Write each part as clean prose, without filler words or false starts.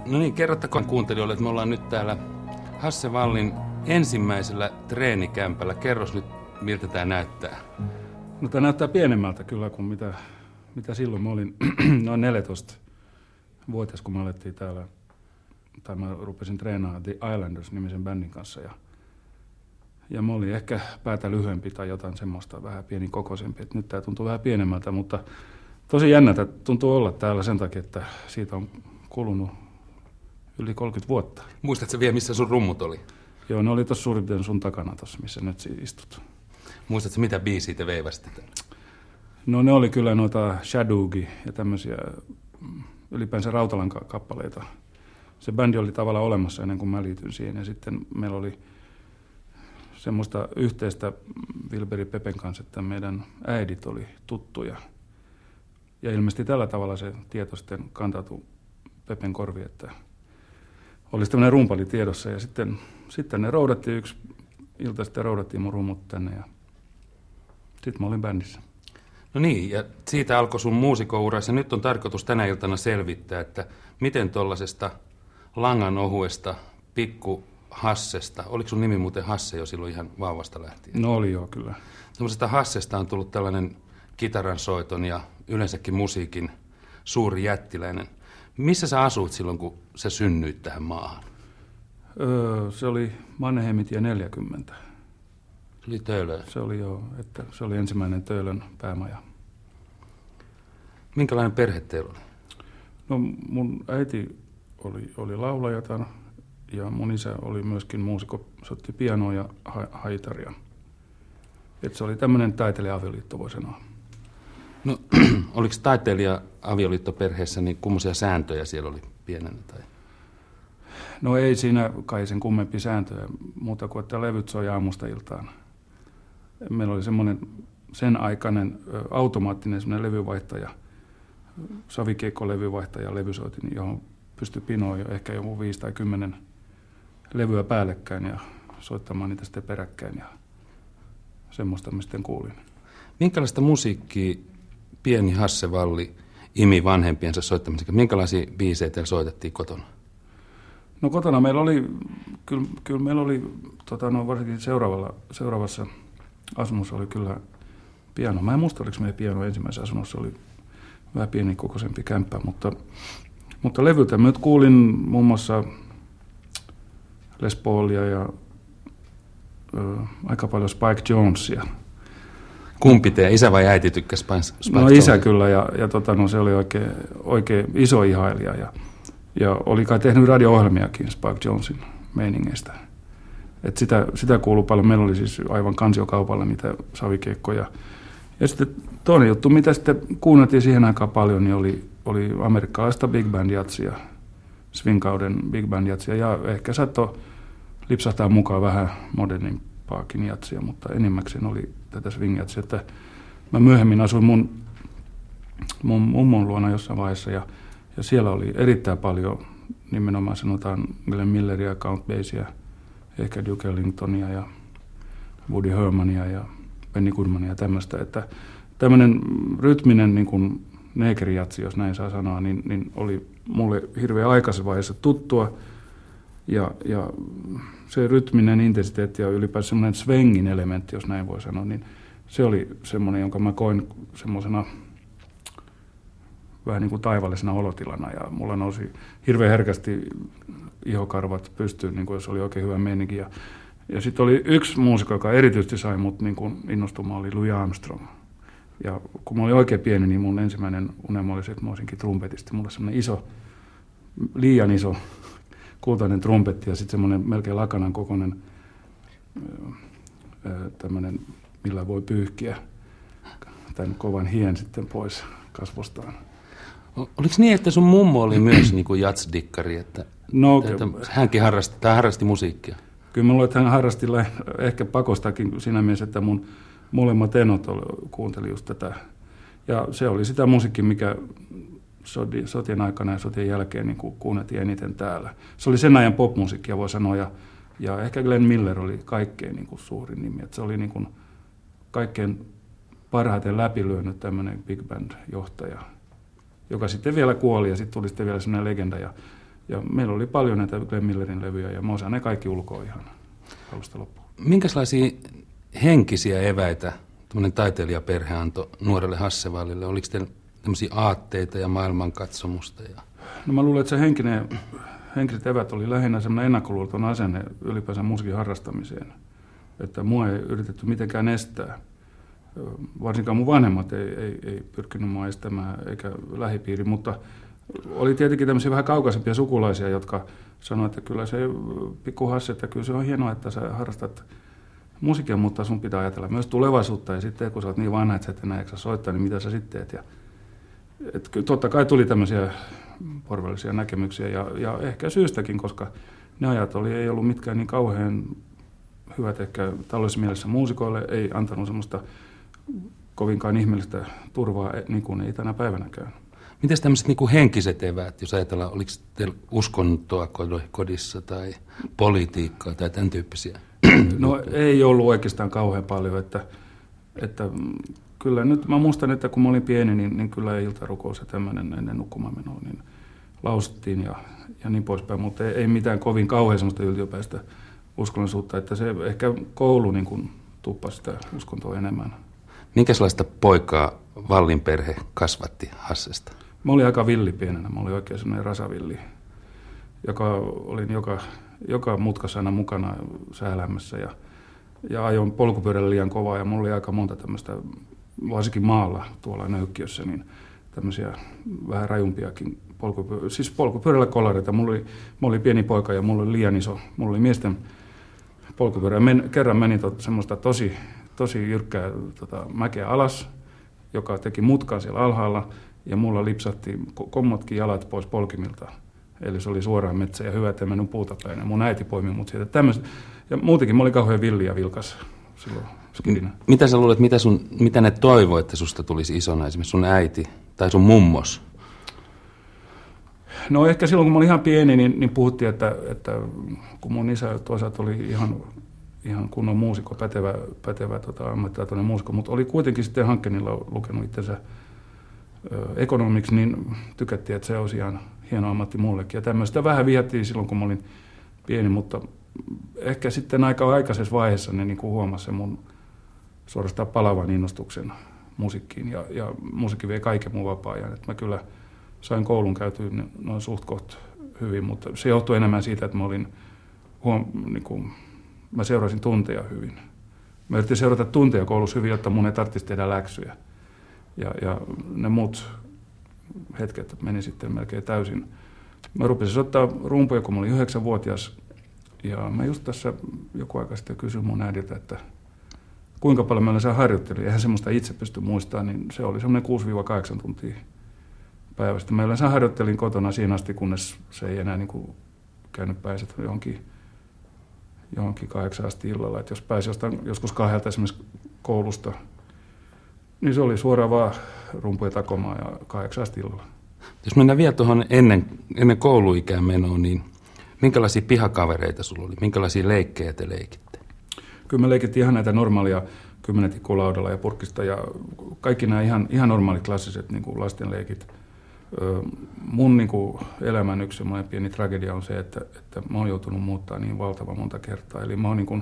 No niin, kerrottakoon kuuntelijoille, että me ollaan nyt täällä Hasse Wallin ensimmäisellä treenikämpällä. Kerros nyt, miltä tämä näyttää. No tämä näyttää pienemmältä kyllä kuin mitä silloin. Mä olin noin 14-vuotias, kun me alettiin täällä, tai mä rupesin treenaamaan The Islanders-nimisen bändin kanssa. Ja mä olin ehkä päätä lyhyempi tai jotain semmoista vähän pienikokoisempi. Nyt tämä tuntuu vähän pienemmältä, mutta tosi jännätä tuntuu olla täällä sen takia, että siitä on kulunut yli 30 vuotta. Muistatko vielä, missä sun rummut oli? Joo, ne oli tuossa suurin piirtein sun takana tuossa, missä nyt istut. Muistatko, mitä biisiä te veivasitte? No ne oli kyllä noita Shadoogi ja tämmöisiä ylipäänsä Rautalan-kappaleita. Se bändi oli tavallaan olemassa ennen kuin mä liityin siihen. Ja sitten meillä oli semmoista yhteistä Wilberi Pepen kanssa, että meidän äidit oli tuttuja. Ja ilmeisesti tällä tavalla se tieto sitten kantautui Pepen korviin, että olisi tämmöinen rumpali tiedossa. Ja sitten ne roudattiin yksi ilta, sitten roudattiin mun rummut tänne ja sitten mä olin bändissä. No niin, ja siitä alkoi sun muusikouras ja nyt on tarkoitus tänä iltana selvittää, että miten tuollaisesta langan ohuesta pikku Hassesta, oliko sun nimi muuten Hasse jo silloin ihan vauvasta lähtien? No oli joo, kyllä. Tällaisesta Hassesta on tullut tällainen kitaransoiton ja yleensäkin musiikin suuri jättiläinen. Missä sä asuit silloin, kun sä synnyit tähän maahan? Se oli Mannerheimintie 40. Se oli Töölö. Se oli joo, että se oli ensimmäinen Töölön päämaja. Minkälainen perhe teillä oli? No mun äiti oli laulajatar ja mun isä oli myöskin muusikko, soitti pianoa ja haitaria. Et se oli tämmöinen taiteilija-avioliitto, voi sanoa. No, oliko taiteilija-avioliittoperheessä, niin kummoisia sääntöjä siellä oli pienenä? Tai? No ei siinä kai sen kummempi sääntöjä, muuta kuin että levyt soi aamusta iltaan. Meillä oli semmoinen sen aikainen automaattinen semmoinen levyvaihtaja, savikeikko-levyvaihtaja, levysoitin, johon pystyi pinoon jo ehkä joku 5 tai 10 levyä päällekkäin ja soittamaan niitä sitten peräkkäin ja semmoista mä sitten kuulin. Minkälaista musiikkia pieni Hasse Walli imi vanhempiensa soittamiseen? Minkälaisia biisejä teillä soitettiin kotona? No kotona meillä oli, kyllä meillä oli, varsinkin seuraavassa asunnossa oli kyllä piano. Mä en muista, oliko meidän piano ensimmäisessä asunnossa, oli vähän pienikokoisempi kämppä, mutta levyltä mä nyt kuulin muun muassa Les Paulia ja aika paljon Spike Jonesia. Kumpi te, isä vai äiti tykkäsi Spike No isä kyllä, ja se oli oikein iso ihailija, ja oli kai tehnyt radio-ohjelmiakin Spike Jonesin meiningeistä. Et sitä kuului paljon, meillä oli siis aivan kansiokaupalla niitä savikeikkoja. Ja sitten toinen juttu, mitä sitten kuunneltiin siihen aikaan paljon, niin oli amerikkalaista big band jatsia, swing-kauden big band jatsia, ja ehkä saattoi lipsahtaa mukaan vähän modernimpaakin jatsia, mutta enimmäkseen oli tätä swing-jatsia, että mä myöhemmin asuin mun mummon luona jossain vaiheessa, ja siellä oli erittäin paljon nimenomaan sanotaan Glenn Milleria, Count Basieä, ehkä Duke Ellingtonia ja Woody Hermania ja Benny Goodmania ja tämmöistä, että tämmöinen rytminen niin kuin neekerijatsi, jos näin saa sanoa, niin oli mulle hirveän aikaisessa vaiheessa tuttua, ja se rytminen intensiteetti ja ylipäänsä semmoinen swingin elementti, jos näin voi sanoa, niin se oli semmoinen, jonka mä koin semmoisena vähän niin kuin taivallisena olotilana, ja mulla nousi hirveän herkästi ihokarvat pystyyn, niin kuin jos oli oikein hyvä meininki. Ja sitten oli yksi muusikko, joka erityisesti sai mut niin kuin innostumaan, oli Louis Armstrong. Ja kun mä olin oikein pieni, niin mun ensimmäinen unelma oli se, että mä olisinkin trumpetisti. Mulla oli semmoinen liian iso kultainen trumpetti ja sitten semmoinen melkein lakanan kokoinen tämmöinen, millä voi pyyhkiä tämän kovan hien sitten pois kasvostaan. Oliko niin, että sun mummo oli myös niin kuin jatsdikkari, että hänkin harrasti musiikkia? Kyllä mä luulen, että hän harrasti ehkä pakostakin siinä mielessä, että mun molemmat enot kuunteli just tätä. Ja se oli sitä musiikkia, mikä sotien aikana ja sotien jälkeen niin kuunneltiin eniten täällä. Se oli sen ajan popmusiikkia, voi sanoa, ja ehkä Glenn Miller oli kaikkein niin kuin suurin nimi. Että se oli niin kuin kaikkein parhaiten läpilyönyt tämmöinen big band-johtaja, joka sitten vielä kuoli, ja sitten tuli sitten vielä sellainen legenda. Ja meillä oli paljon näitä Glenn Millerin levyjä ja mä osaan ne kaikki ulkoa ihan alusta loppuun. Minkälaisia henkisiä eväitä tämmöinen taiteilijaperhe antoi nuorelle Hassevallille? Oliko teillä tämmöisiä aatteita ja maailmankatsomusta? No mä luulen, että se henkiset evät oli lähinnä semmoinen ennakkoluuloton asenne ylipäänsä musiikin harrastamiseen. Että mua ei yritetty mitenkään estää. Varsinkaan mun vanhemmat ei pyrkinyt mua estämään eikä lähipiiri, mutta oli tietenkin tämmöisiä vähän kaukaisempia sukulaisia, jotka sanoivat, että kyllä se pikku Hasse, että kyllä se on hienoa, että sä harrastat musiikkia, mutta sun pitää ajatella myös tulevaisuutta ja sitten kun sä oot niin vanha, että sä et enää soittaa, niin mitä sä sitten teet? Ja, totta kai tuli tämmöisiä porvallisia näkemyksiä ja ehkä syystäkin, koska ne ajat ei ollut mitkään niin kauhean hyvät ehkä taloudellisessa mielessä muusikoille, ei antanut semmoista kovinkaan ihmeellistä turvaa niin kuin ei tänä päivänäkään. Miten tämmöiset niin kuin henkiset eväät, jos ajatellaan, oliko teillä uskontoa kodissa tai politiikkaa tai tämän tyyppisiä? No ei ollut oikeastaan kauhean paljon, että kyllä nyt mä muistan, että kun mä olin pieni, niin kyllä iltarukous ja tämmöinen ennen nukkumaanmenoa niin lausuttiin ja niin poispäin, mutta ei mitään kovin kauhean semmoista yltiöpäistä uskonnollisuutta, että se ehkä koulu niin kuin tuppasi sitä uskontoa enemmän. Minkälaista poikaa Wallin perhe kasvatti Hassesta? Mä olin aika villi pienenä, mä olin oikein semmoinen rasavilli, joka olin joka mutkassa aina mukana säälämässä ja ajoin polkupyörällä liian kovaa ja mulla oli aika monta tämmöistä, varsinkin maalla tuolla Nöykkiössä, niin tämmöisiä vähän rajumpiakin polkupyörällä kolareita. Mä olin pieni poika ja mulla oli liian iso, mulla oli miesten polkupyörä. Kerran menin semmoista tosi jyrkkää mäkeä alas, joka teki mutkaa siellä alhaalla ja mulla lipsahti kommotkin jalat pois polkimilta. Eli se oli suoraan metsä ja hyvä, että en mennyt puuta päin. Ja mun äiti poimi mut siitä. Ja muutenkin mä olin kauhean villi ja vilkas silloin skidinä. Mitä sä luulet, mitä ne toivoi, että susta tulisi isona, esimerkiksi sun äiti tai sun mummos? No ehkä silloin, kun mä olin ihan pieni, niin puhuttiin, että kun mun isä toisaalta oli ihan kunnon muusikko, pätevä ammattitaitoinen muusikko, mutta oli kuitenkin sitten Hankenilla lukenut itsensä ekonomiksi, niin tykättiin, että se olisi ihan hieno ammatti mullekin. Ja tämmöistä vähän vihattiin silloin, kun mä olin pieni, mutta ehkä sitten aika aikaisessa vaiheessa ne niin huomasi sen mun suorastaan palavan innostuksen musiikkiin. Ja musiikki vei kaiken mun vapaa-ajan. Että mä kyllä sain koulun käytyä noin suht koht hyvin, mutta se johtui enemmän siitä, että mä olin mä seurasin tunteja hyvin. Mä yritin seurata tunteja koulussa hyvin, jotta mun ei tarvitsisi tehdä läksyjä. Ja ne muut hetket meni sitten melkein täysin. Mä rupesin soittaa rumpuja, kun mä olin 9-vuotias. Ja mä just tässä joku aika sitten kysyin mun äidiltä, että kuinka paljon mä yleensä harjoittelin. Eihän semmoista itse pysty muistamaan, niin se oli semmoinen 6-8 tuntia päivästä. Mä yleensä harjoittelin kotona siinä asti, kunnes se ei enää niin kuin käynyt päin johonkin 8 asti illalla. Että jos pääsi joskus 2 esimerkiksi koulusta, niin se oli suoraan vaan rumpuja takomaan ja 8 asti illalla. Jos mennään vielä tuohon ennen kouluikään menoon, niin minkälaisia pihakavereita sulla oli? Minkälaisia leikkejä te leikitte? Kyllä me leikittiin ihan näitä normaalia 10 tikkulaudalla ja purkista ja kaikki nämä ihan normaalit klassiset niin kuin lastenleikit. Mun niin kuin elämän yksi pieni tragedia on se, että mä oon joutunut muuttaa niin valtavan monta kertaa. Eli mä oon niin kuin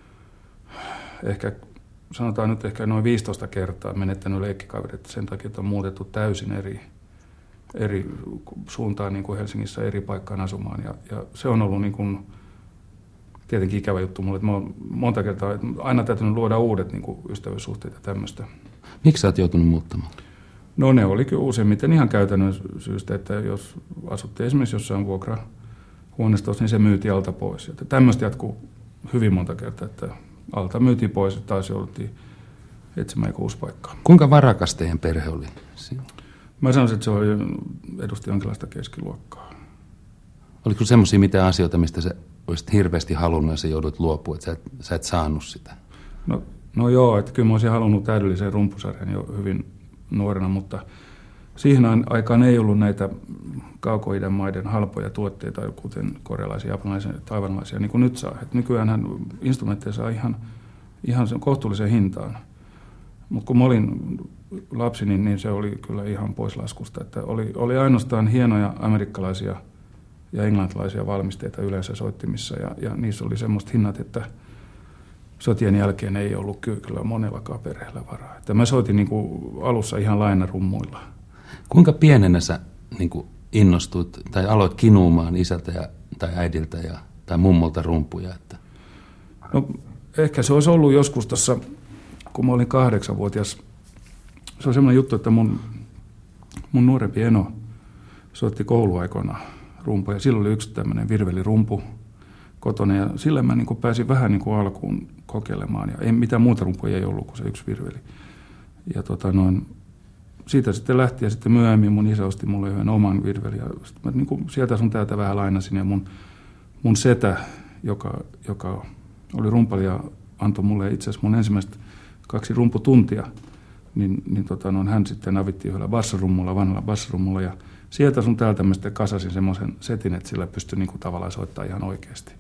sanotaan nyt ehkä noin 15 kertaa menettänyt leikkikaverit sen takia, että on muutettu täysin eri suuntaan niin kuin Helsingissä eri paikkaan asumaan. Ja se on ollut niin kuin tietenkin ikävä juttu mulle, että mä oon monta kertaa aina täytynyt luoda uudet niin kuin ystävyyssuhteet ja tämmöistä. Miksi sä oot joutunut muuttamaan? No ne oli kyllä useimmiten ihan käytännön syystä, että jos asuttiin esimerkiksi jossain vuokrahuoneistossa, niin se myytiin alta pois. Ja tämmöistä jatkuu hyvin monta kertaa, että alta myytiin pois ja taas jouduttiin etsimään uusi paikkaa. Kuinka varakas teidän perhe oli? Mä sanoisin, että se edusti jonkinlaista keskiluokkaa. Oliko semmoisia mitään asioita, mistä sä olisit hirveästi halunnut ja sä joudut luopua, että sä et saanut sitä? No joo, että kyllä mä olisin halunnut täydellisen rumpusarjan jo hyvin nuorena, mutta siihen aikaan ei ollut näitä kaukoidän maiden halpoja tuotteita, kuten korealaisia, japanilaisia ja taiwanlaisia, niin kuin nyt saa. Et nykyäänhän instrumentteja saa ihan sen kohtuulliseen hintaan. Mutta kun mä olin lapsi, niin se oli kyllä ihan pois laskusta. Että oli ainoastaan hienoja amerikkalaisia ja englantilaisia valmisteita yleensä soittimissa. Ja niissä oli semmoista hinnat, että sotien jälkeen ei ollut kyllä monellakaan perheellä varaa. Että mä soitin niin kuin alussa ihan lainarummuilla. Kuinka pienenä sä niin kuin innostuit tai aloit kinuumaan isältä tai äidiltä tai mummolta rumpuja? Että... No ehkä se olisi ollut joskus tuossa, kun mä olin 8-vuotias. Se on semmoinen juttu, että mun nuorempi eno soitti kouluaikoina rumpuja. Silloin oli yksi tämmöinen virvelirumpu kotona ja sillä mä niin kuin pääsin vähän niin kuin alkuun kokeilemaan. Ja ei mitään muuta rumpuja ei ollut kuin se yksi virveli. Ja siitä sitten lähti ja sitten myöhemmin mun isä osti mulle yhden oman virvelin. Ja mä niin kuin sieltä sun täältä vähän lainasin ja mun setä, joka oli rumpalija, antoi mulle itse asiassa mun ensimmäiset 2 rumputuntia. Hän sitten avitti yhdellä vanhalla bassorummulla ja sieltä sun täältä mä sitten kasasin semmoisen setin, että sillä pystyi niin kuin tavallaan soittaa ihan oikeasti.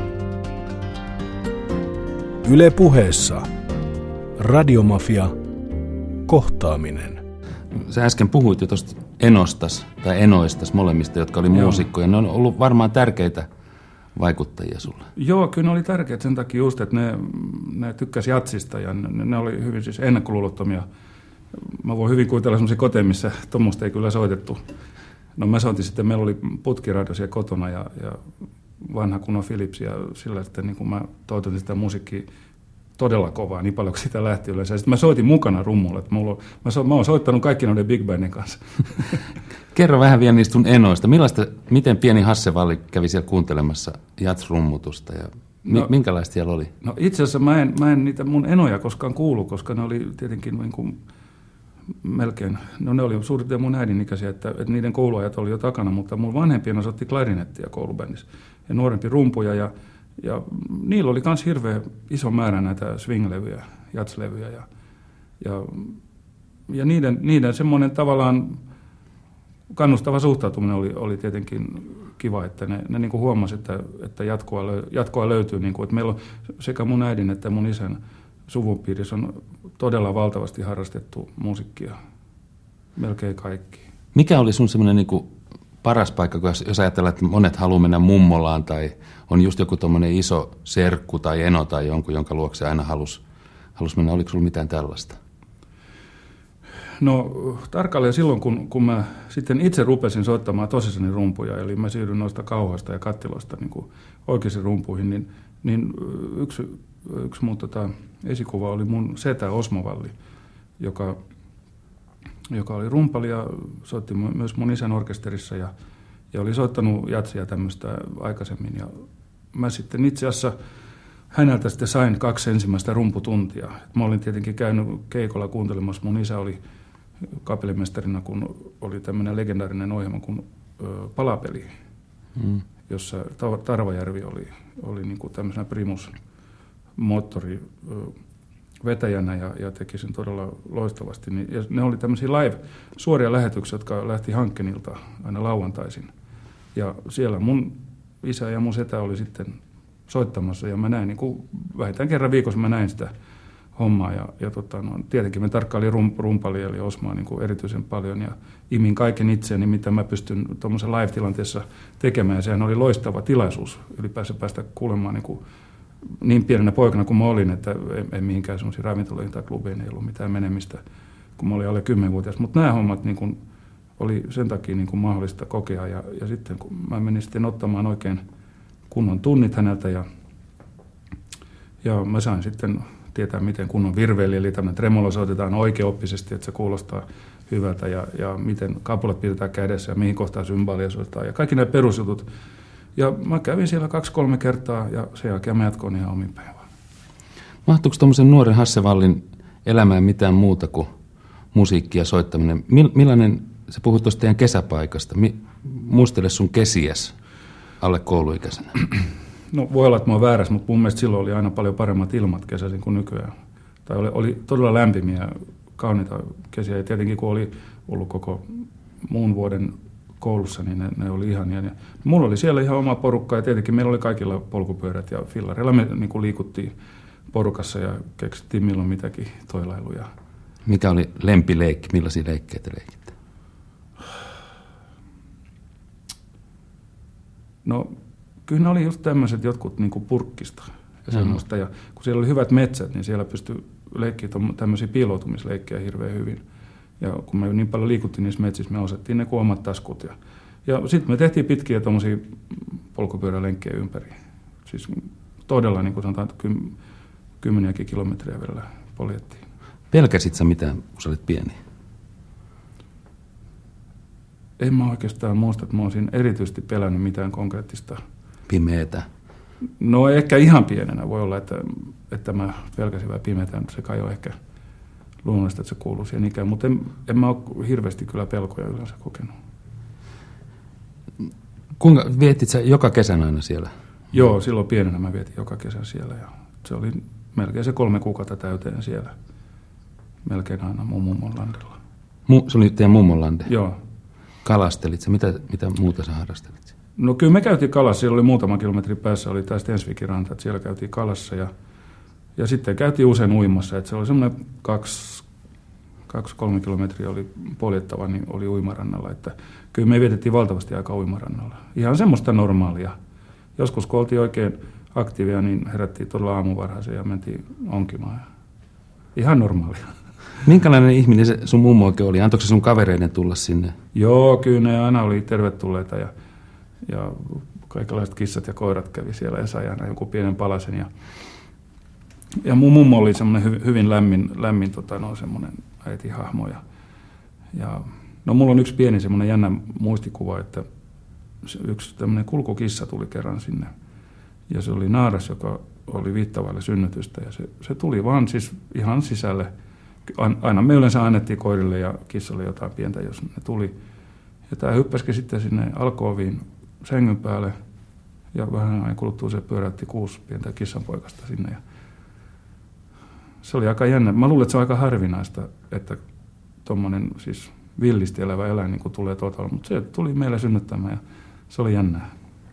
Yle Puheessa Radiomafia kohtaaminen. Sä äsken puhuit jo tuosta enostas tai enoistas molemmista, jotka oli muusikkoja. Ne on ollut varmaan tärkeitä vaikuttajia sulle. Joo, kyllä ne oli tärkeitä sen takia just, että ne tykkäsi jatsista ja ne oli hyvin siis ennakkoluulottomia. Mä voin hyvin kuvitella semmoisia koteja, missä tuommoista ei kyllä soitettu. No mä soitin sitten, meillä oli putkiradio siellä kotona ja vanha kunnon Philips ja sillä sitten niin kun mä toitotin sitä musiikkia todella kovaa, niin paljon kuin sitä lähti yleensä. Ja sitten mä soitin mukana rummulla, että mä oon soittanut kaikki noiden Big Bandin kanssa. Kerro vähän vielä niistä sun enoista. Miten pieni Hasse Walli kävi siellä kuuntelemassa jats-rummutusta ja minkälaista siellä oli? No itse asiassa mä en niitä mun enoja koskaan kuullut, koska ne oli tietenkin niin kuin melkein, ne oli suurin piirtein mun äidin ikäisiä, että niiden kouluajat oli jo takana, mutta mun vanhempien soitti klarinettia koulubändissä ja nuorempi rumpuja ja niillä oli myös hirveän iso määrä näitä swing-levyjä, jats-levyjä ja niiden semmoinen tavallaan kannustava suhtautuminen oli tietenkin kiva, että ne niin kuin huomasi, että jatkoa löytyy. Niin kuin, että meillä on sekä mun äidin että mun isän suvun piirissä on todella valtavasti harrastettu musiikkia, melkein kaikki. Mikä oli sun semmoinen niin kuin paras paikka, jos ajatellaan, että monet haluaa mennä mummolaan tai on just joku tommoinen iso serkku tai eno tai jonkun, jonka luokse aina halusi mennä. Oliko sulla mitään tällaista? No tarkalleen silloin, kun mä sitten itse rupesin soittamaan tosissani rumpuja, eli mä siirryin noista kauhoista ja kattiloista niin kuin oikeisiin rumpuihin, niin yksi mun esikuva oli mun setä Osmo Walli, joka oli rumpali ja soitti myös mun isän orkesterissa ja oli soittanut jatsia tämmöistä aikaisemmin. Ja mä sitten itse asiassa häneltä sitten sain 2 ensimmäistä rumputuntia. Mä olin tietenkin käynyt keikolla kuuntelemassa. Mun isä oli kapellimestarina, kun oli tämmöinen legendaarinen ohjelma kuin Palapeli, jossa Tarvajärvi oli niin kuin tämmöisenä primus-moottori vetäjänä ja teki sen todella loistavasti. Ja ne oli tämmöisiä suoria lähetyksiä, jotka lähti Hankkenilta aina lauantaisin. Ja siellä mun isä ja mun setä oli sitten soittamassa ja mä näin, niin kuin vähintään kerran viikossa mä näin sitä hommaa. Tietenkin me tarkkailin rumpalia eli Osmaa niin kuin erityisen paljon ja imin kaiken itseäni, mitä mä pystyn tuommoisen live-tilanteessa tekemään. Ja sehän oli loistava tilaisuus ylipäänsä päästä kuulemaan niin pienenä poikana kuin mä olin, että ei mihinkään semmoisiin ravintoloihin tai klubeihin ei ollut mitään menemistä, kun mä olin alle 10-vuotias. Mutta nämä hommat niin kuin oli sen takia niin kuin mahdollista kokea. Ja sitten kun mä menin sitten ottamaan oikein kunnon tunnit häneltä ja mä sain sitten tietää, miten kunnon virveli, eli tämmöinen tremolo soitetaan oikeaoppisesti, että se kuulostaa hyvältä ja miten kapulat pidetään kädessä ja mihin kohtaan symbaalia soitetaan ja kaikki nämä perusjutut. Ja mä kävin siellä 2-3 kertaa ja sen jälkeen mä jatkoin ihan omin päin vaan. Mahtuuko tuommoisen nuoren Hasse Wallin elämään mitään muuta kuin musiikki ja soittaminen? Millainen, sä puhut tuosta teidän kesäpaikasta, muistele sun kesiäs alle kouluikäisenä. No voi olla, että mä oon väärässä, mutta mun mielestä silloin oli aina paljon paremmat ilmat kesäisin kuin nykyään. Tai oli todella lämpimiä, kauniita kesiä ja tietenkin kun oli ollut koko muun vuoden koulussa, niin ne oli ihania. Ja mulla oli siellä ihan oma porukka ja tietenkin meillä oli kaikilla polkupyörät ja fillareilla me niin kuin liikuttiin porukassa ja keksittiin milloin mitäkin toilailuja. Mikä oli lempileikki? Millaisia leikkeitä leikitte? No kyllä ne oli just tämmöiset jotkut niin kuin purkkista ja semmoista. Ja kun siellä oli hyvät metsät, niin siellä pystyi leikkiä tämmöisiä piiloutumisleikkejä hirveän hyvin. Ja kun me niin paljon liikuttiin niissä metsissä, me osettiin ne kuin omat taskut. Ja sitten me tehtiin pitkiä tuommoisia polkupyörälenkkejä ympäri. Siis todella, niin kuin sanotaan, kymmeniäkin kilometriä vielä poljettiin. Pelkäsit sä mitään, kun sä olit pieni? En mä oikeastaan muista, että mä olisin erityisesti pelännyt mitään konkreettista. Pimeetä? No ehkä ihan pienenä voi olla, että mä pelkäsin vähän pimeätä, mutta se kai on ehkä luonnollista, että se kuuluu siihen ikään. Mutta en mä ole hirveästi kyllä pelkoja yleensä kokenut. Kuinka vietit sä joka kesän aina siellä? Joo, silloin pienenä mä vietin joka kesän siellä ja se oli melkein se 3 kuukautta täyteen siellä. Melkein aina mun mummon landilla. Se oli teidän mummon lande? Joo. Kalastelit sä? Mitä muuta sä harrastelit? No kyllä me käytiin kalassa. Siellä oli muutama kilometri päässä, oli taas Stensvikin ranta, että siellä käytiin kalassa ja sitten käytiin usein uimassa. Että se oli semmoinen 2-3 kilometriä oli poljettava, niin oli uimarannalla. Että kyllä me vietettiin valtavasti aikaa uimarannalla. Ihan semmoista normaalia. Joskus kun oltiin oikein aktiivia, niin herättiin todella aamuvarhaisen ja mentiin onkimaan. Ihan normaalia. Minkälainen ihminen se sun mummo oikein oli? Antoiko se sun kavereiden tulla sinne? Joo, kyllä ne aina oli tervetulleita ja kaikenlaiset kissat ja koirat kävi siellä ja sai aina jonkun pienen palasen. Ja mun mummo oli semmoinen hyvin lämmin semmoinen äitihahmo. No mulla on yksi pieni semmoinen jännä muistikuva, että yksi tämmöinen kulkukissa tuli kerran sinne. Ja se oli naaras, joka oli viittavaille synnytystä ja se tuli vaan siis ihan sisälle. Aina me yleensä annettiin koirille ja kissalle jotain pientä, jos ne tuli. Ja tämä hyppäsikin sitten sinne alkooviin sängyn päälle ja vähän ajan kuluttua se pyöräytti 6 pientä kissanpoikasta sinne. Ja se oli aika jännä. Mä luulen, että se on aika harvinaista, että tuommoinen siis villisti elävä eläin niin tulee tuolta, mutta se tuli meille synnyttämään ja se oli jännää.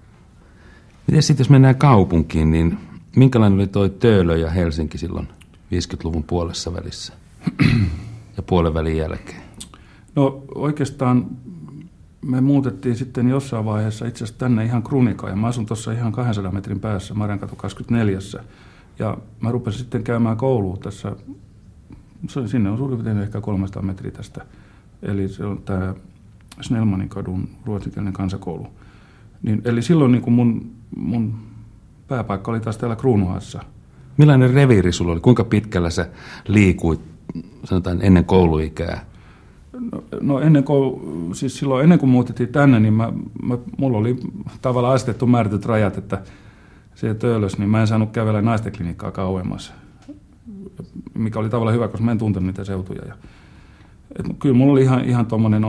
Miten sitten, jos mennään kaupunkiin, niin minkälainen oli toi Töölö ja Helsinki silloin 50-luvun puolessa välissä ja puolen välin jälkeen? No oikeastaan me muutettiin sitten jossain vaiheessa itse asiassa tänne ihan Kruunikaan ja mä asun tuossa ihan 200 metrin päässä Marjankatu 24. Ja mä rupesin sitten käymään kouluun tässä, sinne on suurin piirtein ehkä 300 metriä tästä. Eli se on tämä Snellmanin kadun ruotsinkielinen kansakoulu. Eli silloin niin kuin mun pääpaikka oli taas täällä Kruunuhaassa. Millainen reviiri sulla oli? Kuinka pitkällä sä liikuit, sanotaan ennen kouluikää? No siis silloin ennen kuin muutettiin tänne, niin mulla oli tavallaan asetettu määrätyt rajat, että se Töölös, niin mä en saanut kävellä naisten klinikkaa kauemmas. Mikä oli tavallaan hyvä, koska mä en tuntenut niitä seutuja. Kyllä mulla oli ihan tommonen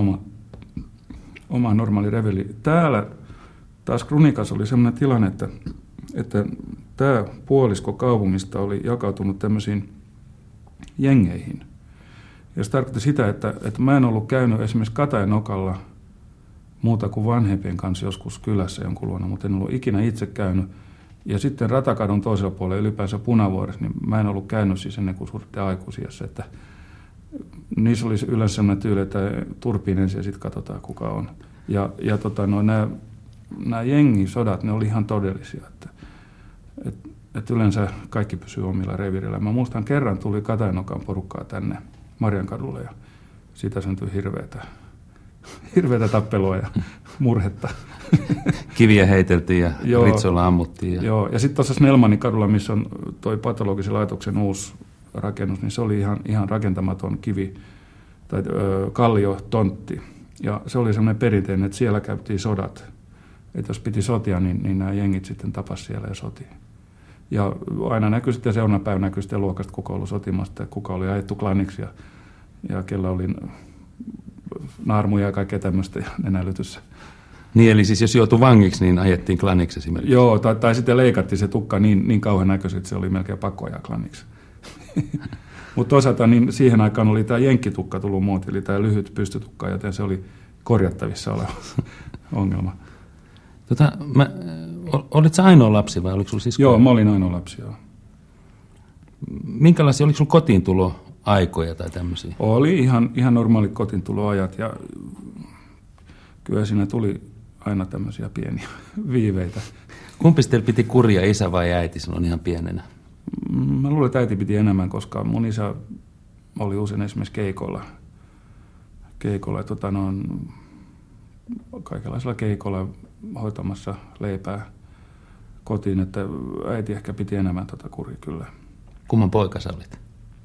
oma normaali reveli. Täällä taas Kruunikassa oli sellainen tilanne, että tämä puolisko kaupungista oli jakautunut tämmöisiin jengeihin. Ja se tarkoitti sitä, että mä en ollut käynyt esimerkiksi Katajanokalla muuta kuin vanhempien kanssa joskus kylässä jonkun luona, mutta en ollut ikinä itse käynyt. Ja sitten Ratakadun toisella puolella ylipäänsä Punavuoressa, niin mä en ollut käynyt siis ennen kuin suurten aikuisiassa, että niissä oli yleensä sellainen tyyli, että turpiin ensin ja sitten katsotaan kuka on. Ja nämä jengisodat, ne oli ihan todellisia, että yleensä kaikki pysyy omilla reviirillä. Mä muistan kerran tuli Katajanokan porukkaa tänne Marjankadulle ja siitä syntyi hirveätä tappelua ja murhetta. Kiviä heiteltiin ja ritsoilla ammuttiin. Joo, ja sitten tuossa Snellmanin kadulla, missä on toi patologisen laitoksen uusi rakennus, niin se oli ihan rakentamaton tai kalliotontti. Ja se oli semmoinen perinteinen, että siellä käytiin sodat. Että jos piti sotia, niin nämä jengit sitten tapasivat siellä ja sotiin. Ja aina näkyi sitten seuraavana päivänä näkyi sitten luokasta, kuka oli sotimasta, kuka oli ajettu klaniksi ja kellä oli naarmuja ja kaikkea tämmöistä ja nenälytyssä. Niin, eli siis jos joutui vangiksi, niin ajettiin klaniksi esimerkiksi? Joo, tai sitten leikattiin se tukka niin kauhean näköisesti, että se oli melkein pakko ajaa klaniksi. Mutta toisaalta niin siihen aikaan oli tämä jenkkitukka tullut muoti, eli tämä lyhyt pystytukka, joten se oli korjattavissa oleva ongelma. Olit sä ainoa lapsi vai oliko sulla siskoja? Joo, mä olin ainoa lapsi, joo. Minkälaisia, oliko sulla kotiintuloaikoja tai tämmöisiä? Oli ihan normaalit kotiintuloajat ja kyllä siinä tuli aina tämmöisiä pieniä viiveitä. Kumpi teillä piti kuria, isä vai äiti silloin ihan pienenä? Mä luulen, että äiti piti enemmän, koska mun isä oli usein esimerkiksi keikoilla kaikenlaisilla keikoilla hoitamassa leipää kotiin, että äiti ehkä piti enemmän kuria kyllä. Kumman poika sä olit?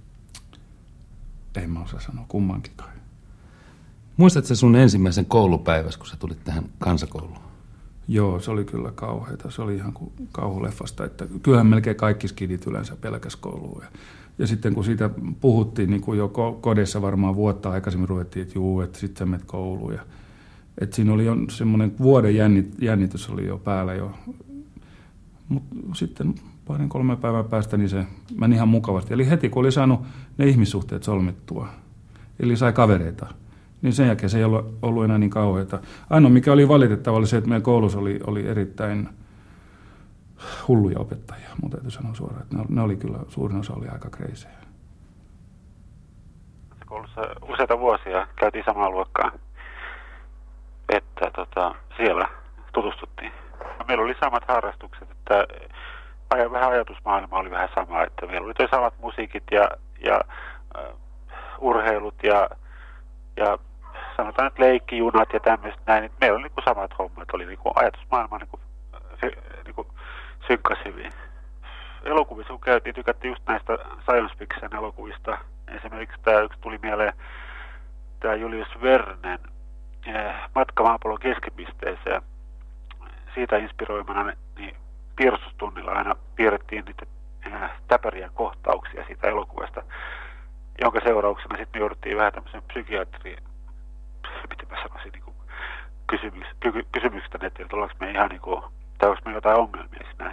Ei mä osaa sanoa, kummankin kai. Muistatko sun ensimmäisen koulupäivässä, kun sä tulit tähän kansakouluun? Joo, se oli kyllä kauheata. Se oli ihan kuin kauhuleffasta, että kyllähän melkein kaikki skidit yleensä pelkäs kouluun. Ja sitten kun siitä puhuttiin, niin kuin jo kodissa varmaan vuotta aikaisemmin ruvettiin, että juu, että sitten sä menet kouluun. Ja, että siinä oli jo semmoinen vuoden jännitys oli jo päällä jo. Mutta sitten 2-3 päivän päästä niin se meni ihan mukavasti. Eli heti kun oli saanut ne ihmissuhteet solmittua, eli sai kavereita, niin sen jälkeen se ei ollut enää niin kauheata. Ainoa mikä oli valitettava oli se, että meidän koulussa oli erittäin hulluja opettajia. Mun täytyy sanoa suoraan, että ne oli kyllä, suurin osa oli aika kreisejä. Koulussa useita vuosia käytiin samaa luokkaa, että siellä tutustuttiin. Meillä oli samat harrastukset, että vähän ajatusmaailma oli vähän sama, että meillä oli toi samat musiikit ja urheilut ja sanotaan nyt leikkijunat ja tämmöiset näin, niin meillä oli niinku samat hommat, oli niinku ajatusmaailma niinku synkkas hyvin. Elokuvissa kun käytiin, tykättiin just näistä science fiction elokuvista. Esimerkiksi tämä yksi tuli mieleen, tämä Julius Vernen Matka maapallon keskipisteeseen. Siitä inspiroimana niin piirustustunnilla aina piirrettiin niitä täpäriä kohtauksia siitä elokuvasta, jonka seurauksena sitten me jouduttiin vähän tämmöisen psykiatriin, miten mä sanoisin, niin kysymyksestä nettiin, että ollaanko me ihan niin kuin, tai onko me jotain ongelmia näin.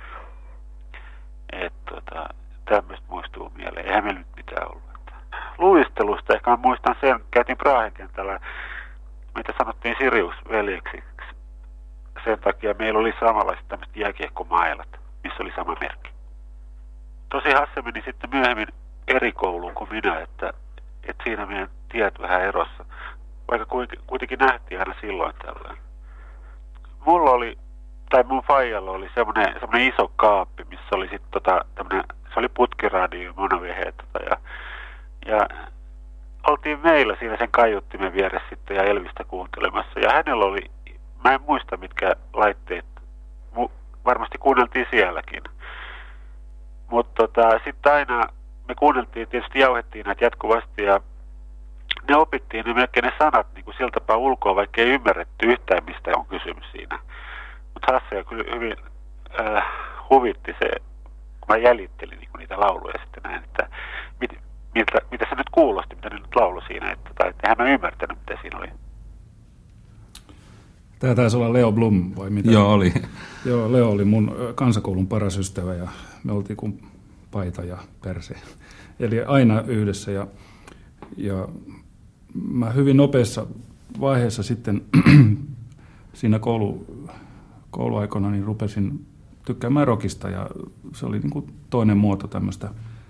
Että tämmöistä muistuu mieleen, eihän meillä nyt mitään ollut. Luistelusta ehkä mä muistan sen, käytiin Prahen kentällä, mitä sanottiin Sirius-veljeksi. Sen takia meillä oli samanlaiset tämmöiset jääkiekkomailat, missä oli sama merkki. Tosi Hasse meni sitten myöhemmin eri kouluun kuin minä, että siinä meidän tiet vähän erossa. Vaikka kuitenkin nähtiin aina silloin tällöin. Mulla oli, tai mun faijalla oli semmoinen iso kaappi, missä oli sitten se oli putkiradio, monovieheet ja oltiin meillä siinä sen kaiuttimen vieressä sitten ja Elvistä kuuntelemassa. Ja hänellä oli, mä en muista mitkä laitteet, varmasti kuunneltiin sielläkin. Mutta sitten aina me kuunneltiin, tietysti jauhettiin näitä jatkuvasti ja ne opittiin ne melkein ne sanat niin kuin sillä tapaa ulkoa, vaikka ei ymmärretty yhtään mistä on kysymys siinä. Mutta Hasse kyllä hyvin huvitti se, kun mä jäljittelin niin kuin niitä lauluja sitten näin, että mitä se nyt kuulosti, mitä ne nyt laulu siinä, että eihän mä ymmärtänyt mitä siinä oli. Tämä taisi olla Leo Blum vai mitä? Joo, oli. Joo, Leo oli mun kansakoulun paras ystävä ja me oltiin kuin paita ja perse. Eli aina yhdessä ja mä hyvin nopeassa vaiheessa sitten siinä kouluaikana niin rupesin tykkäämään rockista ja se oli niin kuin toinen muoto tämmöistä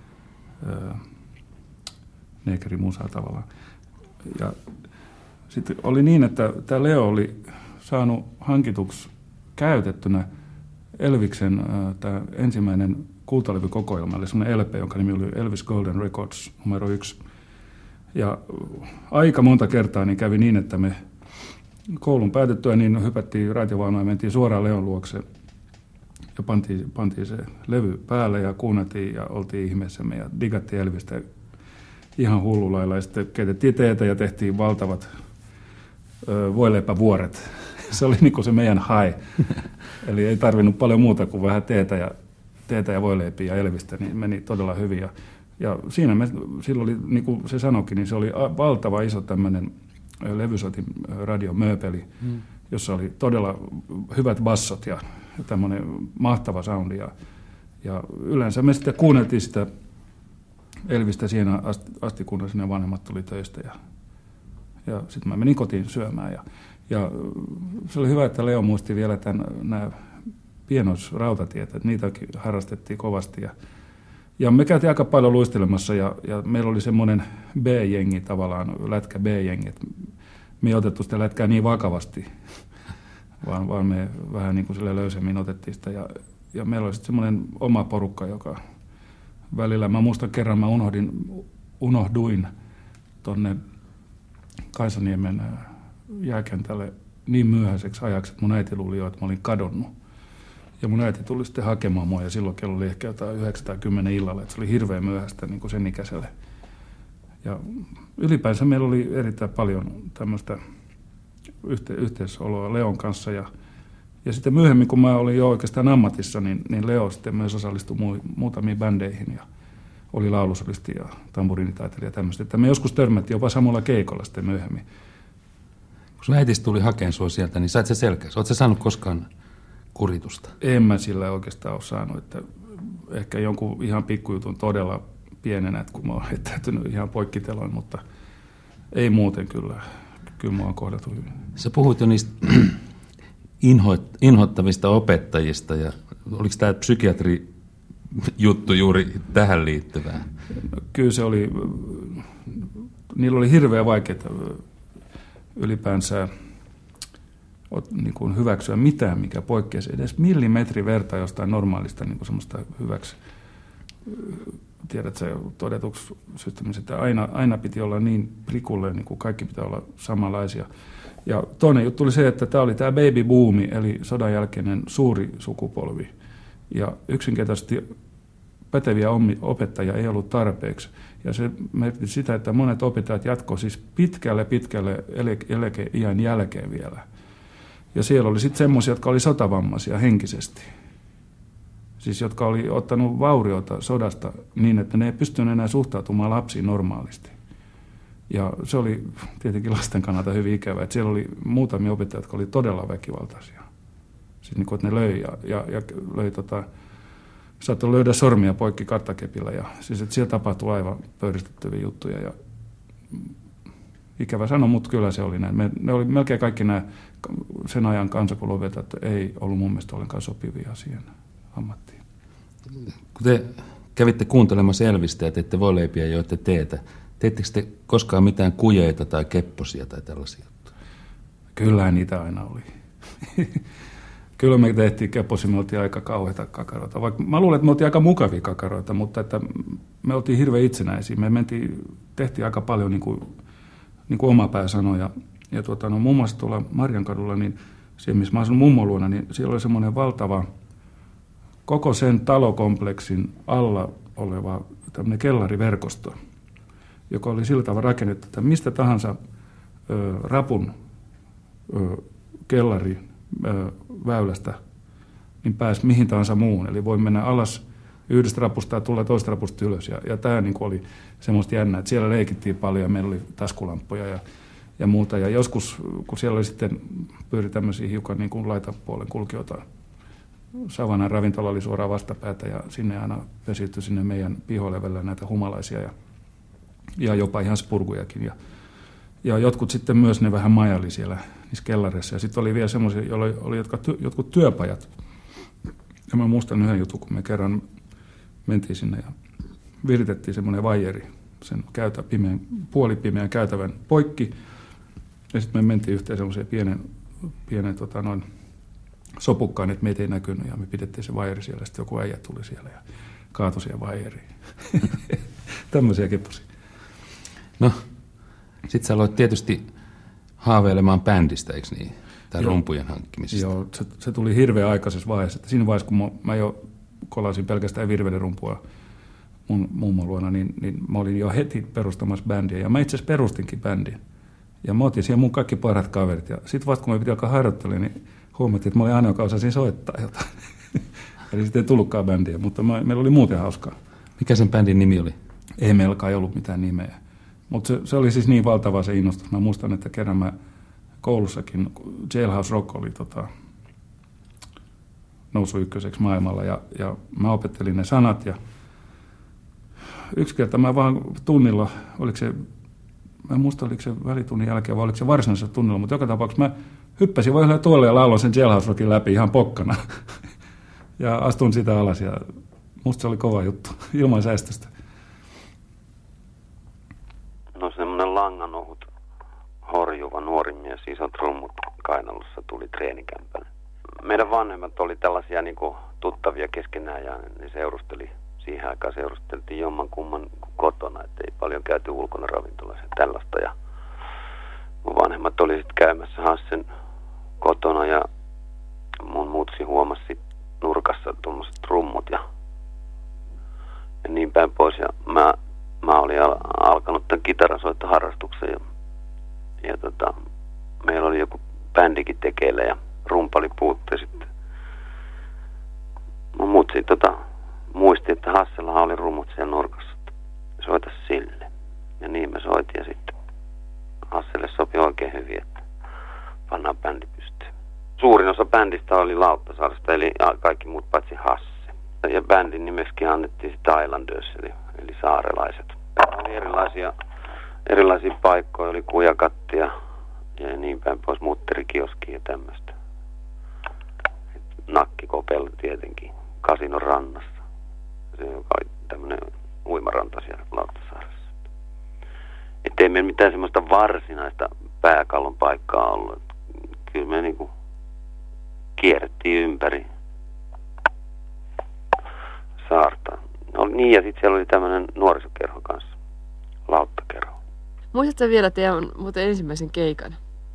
neekerimusaa tavallaan. Ja sitten oli niin, että tämä Leo oli saanut hankituksi käytettynä Elviksen tämä ensimmäinen kultalevykokoelma, eli semmoinen LP, jonka nimi oli Elvis Golden Records numero 1. Ja aika monta kertaa niin kävi niin, että me koulun päätettyä niin hypättiin raitiovaunuun ja mentiin suoraan Leon luokse ja pantiin se levy päälle ja kuunneltiin ja oltiin ihmeessämme ja digattiin Elvistä ihan hullulailla ja sitten keitettiin teetä ja tehtiin valtavat voileipävuoret. Se oli niin kuin se meidän hae. Eli ei tarvinnut paljon muuta kuin vähän teetä ja voileipiä ja Elvistä, niin meni todella hyvin. Ja siinä silloin oli, niin kuin se sanoikin, niin se oli valtava iso tämmöinen levysotin radiomööpeli, jossa oli todella hyvät bassot ja tämmöinen mahtava soundi. Ja yleensä me sitten kuunneltiin sitä Elvistä siihen asti, kun sinne vanhemmat tuli töistä. Ja sitten mä menin kotiin syömään. Ja se oli hyvä, että Leo muisti vielä nämä pienoisrautatiet, että niitäkin harrastettiin kovasti. Ja me käytiin aika paljon luistelemassa ja meillä oli semmoinen B-jengi tavallaan, lätkä B-jengi, että me ei otettu sitä lätkää niin vakavasti. vaan me vähän niin kuin sille löysemmin otettiin sitä. Ja meillä oli sitten semmoinen oma porukka, joka välillä, mä muistan kerran, mä unohduin tuonne Kaisaniemen jääkentälle niin myöhäiseksi ajaksi, että mun äiti luuli jo, että mä olin kadonnut. Ja mun äiti tuli sitten hakemaan mua, ja silloin kello oli ehkä jotain 9:10 illalla, että se oli hirveän myöhäistä niin kuin sen ikäiselle. Ja ylipäänsä meillä oli erittäin paljon tämmöistä yhteisoloa Leon kanssa. Ja sitten myöhemmin, kun mä olin jo oikeastaan ammatissa, niin Leo sitten myös osallistui muutamiin bändeihin ja oli laulusolisti ja tamburiinitaiteilija ja tämmöistä. Että me joskus törmättiin jopa samalla keikolla sitten myöhemmin. Kun sun äitis tuli hakemaan sua sieltä, niin sait sä selkäs? Oot sä saanut koskaan kuritusta? En mä sillä oikeastaan ole saanut, että ehkä jonkun ihan pikkujutun todella pienenä, että kun mä oon heittäytynyt ihan poikkiteloin, mutta ei muuten kyllä. Kyllä mä oon kohdattu hyvin. Sä puhuit jo niistä inhottavista opettajista, ja oliko tämä psykiatri-juttu juuri tähän liittyvää? Kyllä se oli, niillä oli hirveän vaikeaa ylipäänsä niin kuin hyväksyä mitään, mikä poikkeasi edes millimetri verta jostain normaalista niin kuin semmoista hyväksi. Tiedät sä todetuksi systeemisesti, että aina piti olla niin prikulle, niin kuin kaikki pitää olla samanlaisia. Ja toinen juttu oli se, että tämä oli tämä baby boomi, eli sodan jälkeinen suuri sukupolvi. Ja yksinkertaisesti päteviä opettajia ei ollut tarpeeksi. Ja se merkitsi sitä, että monet opettajat jatkoivat siis pitkälle eläkeiän jälkeen vielä. Ja siellä oli sitten semmoisia, jotka oli sotavammaisia henkisesti. Siis jotka oli ottanut vauriota sodasta niin, että ne ei pystynyt enää suhtautumaan lapsiin normaalisti. Ja se oli tietenkin lasten kannalta hyvin ikävä, että siellä oli muutamia opettajia, jotka oli todella väkivaltaisia. Siis niin kuin, että ne löi ja löi saattoi löydä sormia poikki karttakepillä. Ja siis että siellä tapahtui aivan pöyristyttäviä juttuja. Ja ikävä sanoa, mutta kyllä se oli näin. Ne oli melkein kaikki nämä sen ajan kansakouluopettajat ei ollut mun mielestä ollenkaan sopivia siihen ammattiin. Kun te kävitte kuuntelemassa Elvistä ja teitte voileipiä, joita teetä, teittekö te koskaan mitään kujeita tai kepposia tai tällaisia? Kyllä niitä aina oli. Kyllä me tehtiin kepposia, me oltiin aika kauheita kakaroita. Vaikka mä luulen, että me oltiin aika mukavia kakaroita, mutta että me oltiin hirveän itsenäisiä. Me tehtiin aika paljon niin kuin oma pää sanoi. Ja muun muassa tuolla Marjankadulla, niin siellä missä mä asun mummon luona, niin siellä oli semmoinen valtava koko sen talokompleksin alla oleva tämmöinen kellariverkosto, joka oli sillä tavalla rakennettu, että mistä tahansa rapun kellari väylästä niin pääsi mihin tahansa muuhun. Eli voi mennä alas yhdestä rapusta ja tulla toista rapusta ylös. Ja tämä niin oli semmoista jännää, että siellä leikittiin paljon ja meillä oli taskulamppuja ja muuta. Ja joskus, kun siellä oli sitten pyöri tämmöisiä hiukan niin kuin laitapuolen kulkijoita, Savanan ravintola oli suoraan vastapäätä ja sinne aina pesiytyi sinne meidän piholevelle näitä humalaisia ja jopa ihan spurgujakin. Ja jotkut sitten myös ne vähän majaili siellä niissä kellareissa. Ja sitten oli vielä semmoisia, joilla oli jotkut työpajat. Ja mä muistan yhden jutun, kun me kerran mentiin sinne ja viritettiin semmoinen vaijeri sen puolipimeän käytävän poikki. Ja sitten me mentiin yhteen semmoiseen pienen sopukkaan, että meitä ei näkynyt ja me pidettiin se vaijeri siellä. Sitten joku äijä tuli siellä ja kaatui siihen vaijeriin. Tämmöisiä kepposia. No, sit sä aloit tietysti haaveilemaan bändistä, eikö niin? Tai rumpujen hankkimisesta. Joo, se tuli hirveän aikaisessa vaiheessa. Että siinä vaiheessa, kun mä jo kolasin pelkästään virvelirumpua mun mummon luona, niin mä olin jo heti perustamassa bändiä. Ja mä itse asiassa perustinkin bändin. Ja mä otin siihen mun kaikki parhaat kaverit. Ja sit vasta kun me piti alkaa harjoittelemaan, niin huomattiin, että mä olin aina, joka osasin soittaa jotain. Eli sitten ei tullutkaan bändiä, mutta meillä oli muuten hauskaa. Mikä sen bändin nimi oli? Ei meilläkaan ollut mitään nimeä. Mutta se oli siis niin valtava se innostus. Mä muistan, että kerran mä koulussakin, Jailhouse Rock oli nousu ykköseksi maailmalla ja mä opettelin ne sanat ja yksi kerta mä vaan tunnilla, mä en muista oliko se välitunnin jälkeen vai oliko se varsinaisessa tunnilla, mutta joka tapauksessa mä hyppäsin vaan yhdellä tuolle ja lauloin sen Jailhouse Rockin läpi ihan pokkana ja astun sitä alas ja musta se oli kova juttu ilman säästöstä. No semmoinen langanohut horjuva nuori mies, isot rummut kainalossa tuli treenikämpälle. Meidän vanhemmat oli tällaisia niin kuin tuttavia keskenään ja ne seurusteli. Siihen aikaan seurusteltiin jomman kumman kotona, ettei paljon käyty ulkona ravintolassa ja tällaista. Ja mun vanhemmat oli sitten käymässä Hassen kotona ja mun mutsi huomasi sit nurkassa tuommoiset rummut ja niin päin pois. Ja mä olin alkanut tämän kitarasoittoharrastuksen ja meillä oli joku bändikin tekeillä ja rumpali puuttui sitten. Mun mutsi muisti, että Hassellahan oli rummut siellä nurkassa, että soita sille. Ja niin mä soitin ja sitten Hasselle sopi oikein hyvin, että pannaan bändi pystyyn. Suurin osa bändistä oli Lauttasaaresta, eli kaikki muut paitsi Hasse. Ja bändin nimeksi annettiin sitten Islanders, eli saarelaiset. Oli erilaisia paikkoja, oli Kujakatti ja niin päin pois, mutterikioski ja tämmöistä. Nakkikopella tietenkin, Kasinon rannassa. Se oli tämmöinen uimaranta siellä Lauttasaaressa. Että ei meillä mitään semmoista varsinaista pääkallon paikkaa ollut. Kyllä me niinku kierrettiin ympäri saarta. No niin, ja sitten siellä oli tämmöinen nuorisokerho kanssa, lauttakerho. Muistatko vielä teidän muuten ensimmäisen keikan?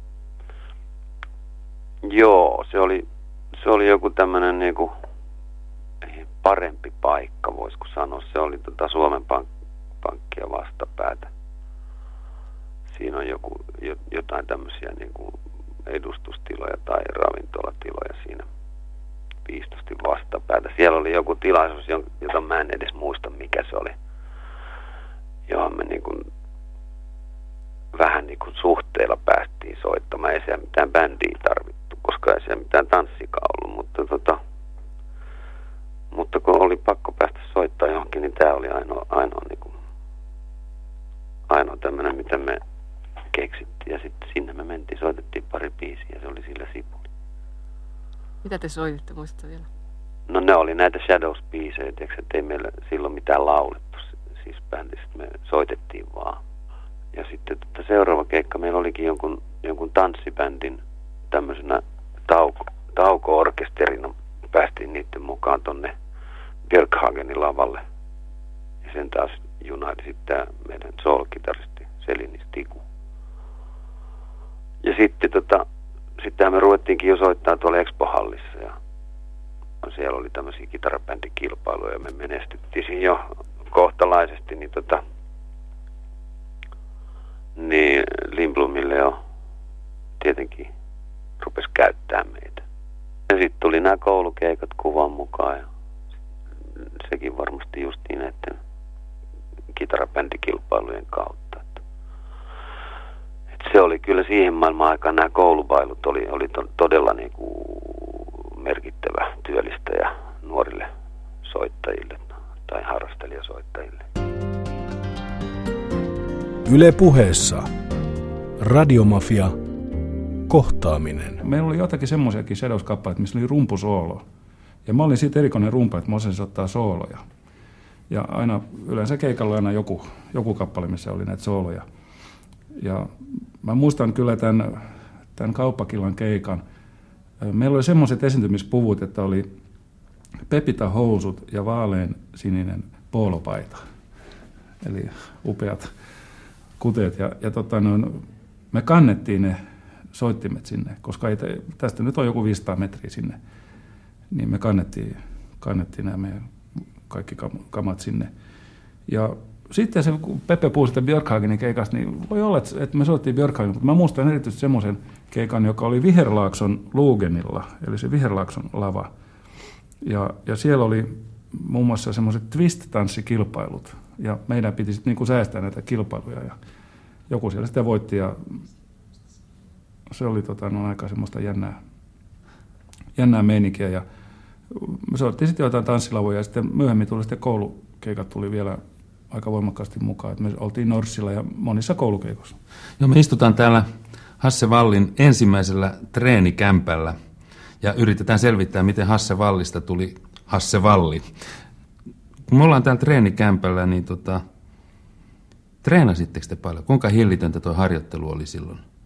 Joo, se oli joku tämmöinen niinku parempi paikka, voisiko sanoa. Se oli Suomen Pankkia vastapäätä. Siinä on jotain tämmöisiä niinku edustustiloja tai ravintolatiloja siinä viistosti vastapäätä. Siellä oli joku tilaisuus, jota mä en edes muista, mikä se oli. Johon me niinku vähän niinku suhteella päästiin soittamaan. Ei siellä mitään bändiä tarvittu, koska ei siellä mitään tanssikaan ollut, mutta kun oli pakko päästä soittamaan johonkin, niin tämä oli ainoa tämmöinen, mitä me keksittiin. Ja sitten sinne me mentiin, soitettiin pari biisiä ja se oli sillä sipuli. Mitä te soititte, muistatko vielä? No ne oli näitä Shadows-biisejä, että ei meillä silloin mitään laulettu siis bändissä, me soitettiin vaan. Ja sitten seuraava keikka meillä olikin jonkun tanssibändin tämmöisenä tauko-orkesterina. Päästiin niiden mukaan tonne Björkhagenin lavalle. Ja sen taas junaili sitten tämä meidän soul-kitaristi Selini Stiku. Ja sitten me ruvettiinkin jo soittaa tuolla Expo-hallissa ja siellä oli tämmöisiä kitarabändikilpailuja ja me menestyttiin siinä jo kohtalaisesti, niin Lindblomille jo tietenkin rupesi käyttää meitä. Ja sitten tuli nämä koulukeikat kuvan mukaan ja sekin varmasti just niin näiden kitarabändikilpailujen kautta. Se oli kyllä siihen maailman aikaan, nämä koulubailut oli todella niinku merkittävä työllistäjä nuorille soittajille tai harrastelijasoittajille. Yle Puheessa Radiomafia kohtaaminen. Meillä oli jotakin semmoisiakin Shadows-kappaleita, missä oli rumpusoolo. Ja mä olin siitä erikoinen rumpa, että mä osasin ottaa sooloja. Ja aina, yleensä keikalla oli aina joku kappale, missä oli näitä sooloja. Ja mä muistan kyllä tämän Kauppakillan keikan. Meillä oli semmoiset esiintymispuvut, että oli pepita-housut ja vaalean sininen poolopaita. Eli upeat kuteet. Ja me kannettiin ne soittimet sinne, koska tästä nyt on joku 500 metriä sinne. Niin me kannettiin nämä meidän kaikki kamat sinne. Ja sitten se, kun Pepe puhui sitten Björkhagenin keikasta, niin voi olla, että me soittiin Björkhagenin, mutta mä muistan erityisesti semmoisen keikan, joka oli Viherlaakson Lugenilla, eli se Viherlaakson lava. Ja siellä oli muun muassa semmoiset twist-tanssikilpailut, ja meidän piti sitten niinku säästää näitä kilpailuja, ja joku siellä sitä voitti, ja se oli aika semmoista jännää meininkiä, ja me soittiin sitten jotain tanssilavoja, ja sitten myöhemmin tuli sitten koulukeikat tuli vielä aika voimakkaasti mukaan, että me oltiin Norssilla ja monissa koulukeikossa. Joo, me istutaan täällä Hasse Wallin ensimmäisellä treenikämpällä ja yritetään selvittää, miten Hasse Wallista tuli Hasse Walli. Kun me ollaan täällä treenikämpällä, niin treenasitteko te paljon? Kuinka hillitöntä tuo harjoittelu oli silloin?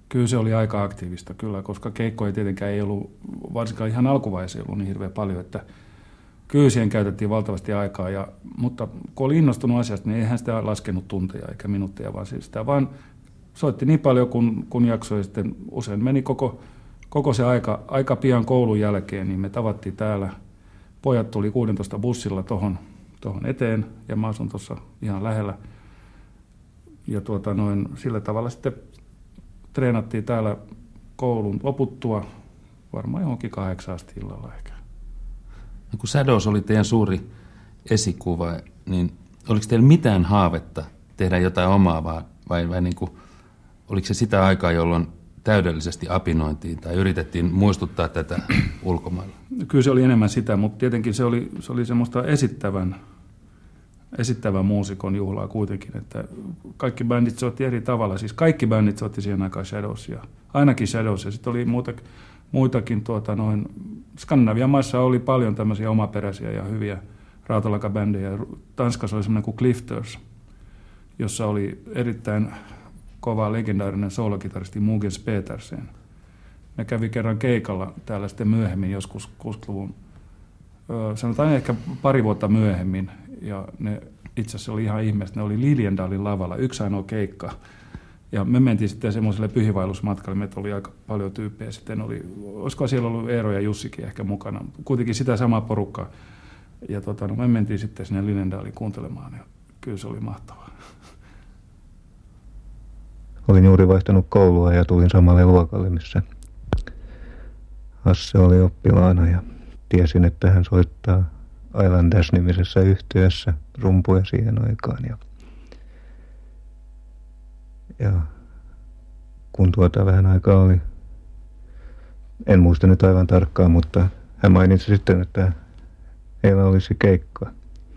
Kyllä se oli aika aktiivista, kyllä, koska keikkoja tietenkään ei ollut, varsinkaan ihan alkuvaiheessa ei ollut niin hirveän paljon, että kyllä siihen käytettiin valtavasti aikaa, mutta kun oli innostunut asiasta, niin eihän sitä laskenut tunteja eikä minuutteja, vaan siis sitä vaan soitti niin paljon, kun jaksoi, sitten usein meni koko se aika pian koulun jälkeen, niin me tavattiin täällä. Pojat tuli 16 bussilla tuohon eteen, ja mä asun tuossa ihan lähellä. Ja sillä tavalla sitten treenattiin täällä koulun loputtua, varmaan johonkin 8 asti illalla ehkä. No kun Shadows oli teidän suuri esikuva, niin oliko teillä mitään haavetta tehdä jotain omaa, vai niin kuin, oliko se sitä aikaa, jolloin täydellisesti apinointiin tai yritettiin muistuttaa tätä ulkomailla? Kyllä se oli enemmän sitä, mutta tietenkin se oli semmoista esittävän muusikon juhlaa kuitenkin, että kaikki bändit soitti eri tavalla. Siis kaikki bändit soitti siihen aikaan Shadowsia, ainakin Shadowsia. Sitten oli muitakin, Skandinavian maissa oli paljon tämmöisiä omaperäisiä ja hyviä rautalakabändejä. Tanskassa oli semmoinen kuin Clifters, jossa oli erittäin kova legendaarinen soolokitaristi Mugens Petersen. Ne kävi kerran keikalla täällä sitten myöhemmin, joskus 60-luvun, sanotaan ehkä pari vuotta myöhemmin, ja ne itse asiassa oli ihan ihmeessä, ne oli Liljendalin lavalla, yksi ainoa keikka. Ja me mentiin sitten semmoiselle pyhivailusmatkalle, meitä oli aika paljon tyyppejä, sitten olisiko siellä ollut Eero ja Jussikin ehkä mukana, kuitenkin sitä samaa porukkaa. Ja me mentiin sitten sinne Liljendaliin kuuntelemaan, ja kyllä se oli mahtavaa. Olin juuri vaihtanut koulua ja tulin samalle luokalle, missä Hasse oli oppilaana, ja tiesin, että hän soittaa Island Dash-nimisessä yhtyeessä rumpuja siihen aikaan. Ja kun vähän aikaa oli, en muista nyt aivan tarkkaan, mutta hän mainitsi sitten, että heillä olisi keikka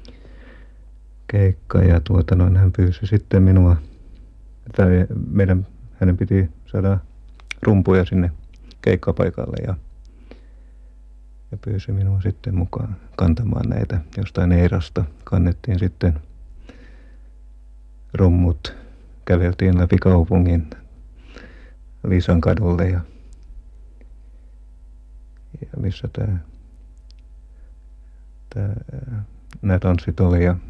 ja hän pyysi sitten minua, että hänen piti saada rumpuja sinne keikkapaikalle ja pyysi minua sitten mukaan kantamaan näitä jostain Eirasta. Kannettiin sitten rummut, käveltiin läpi kaupungin Liisan kadulle ja missä nämä tanssit oli ja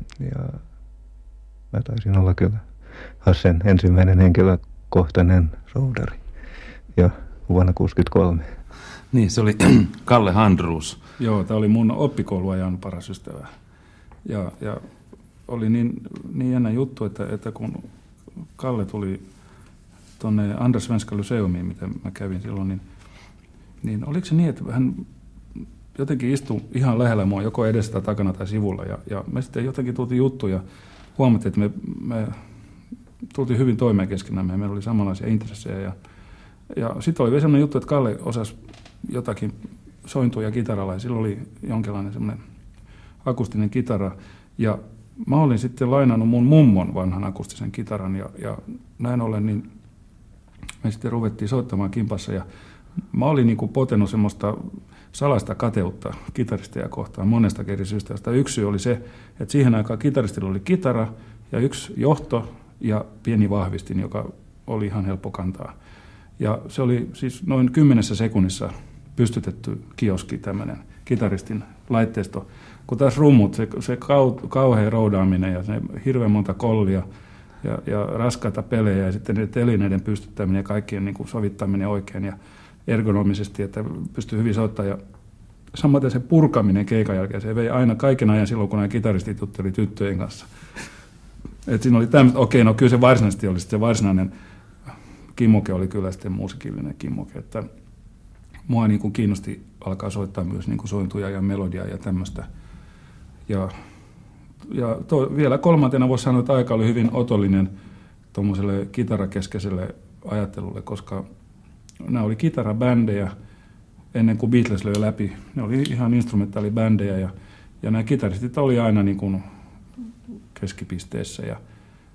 mä taisin olla kyllä Hassen ensimmäinen henkilökohtainen roudari ja vuonna 1963. Niin, se oli Kalle Handruus. Joo, tämä oli mun oppikouluajan paras ystävä. Ja oli niin jännä juttu, että kun Kalle tuli tuonne Anders Svenska Lyseumiin, mitä mä kävin silloin, niin oliko se niin, että hän jotenkin istui ihan lähellä mua, joko edestä, takana tai sivulla. Ja me sitten jotenkin tultiin juttuja ja huomattiin, että me tultiin hyvin toimeen keskenään. Meillä oli samanlaisia intressejä. Ja sitten oli vielä sellainen juttu, että Kalle osasi jotakin sointuja kitaralla ja sillä oli jonkinlainen semmoinen akustinen kitara. Ja mä olin sitten lainannut mun mummon vanhan akustisen kitaran ja näin ollen niin me sitten ruvettiin soittamaan kimpassa ja mä olin niin kuin potenut semmoista salaista kateutta kitaristia kohtaan monesta eri syystä. Yksi syy oli se, että siihen aikaan kitaristilla oli kitara ja yksi johto ja pieni vahvistin, joka oli ihan helppo kantaa. Ja se oli siis noin 10 sekunnissa pystytetty kioski, tämmöinen kitaristin laitteisto. Kun taas rummut, se kauhea roudaaminen ja se hirveän monta kollia ja raskaita pelejä ja sitten ne telineiden pystyttäminen ja kaikkien niin kuin sovittaminen oikein ja ergonomisesti, että pystyy hyvin soittamaan. Ja samaten se purkaminen keikan jälkeen, se vei aina kaiken ajan silloin, kun nämä kitaristit jutteli tyttöjen kanssa. Et siinä oli tämmöistä, no kyllä se varsinaisesti oli se varsinainen kimmoke oli kyllä sitten musiikillinen kimmoke, että mua niin kuin kiinnosti alkaa soittaa myös niin kuin sointuja ja melodiaa ja tämmöistä. Ja vielä kolmantena voisi sanoa, että aika oli hyvin otollinen tuommoiselle kitarakeskeiselle ajattelulle, koska nämä oli kitarabändejä ennen kuin Beatles löi läpi. Ne oli ihan instrumentaalibändejä ja nämä kitaristit oli aina niin kuin keskipisteessä ja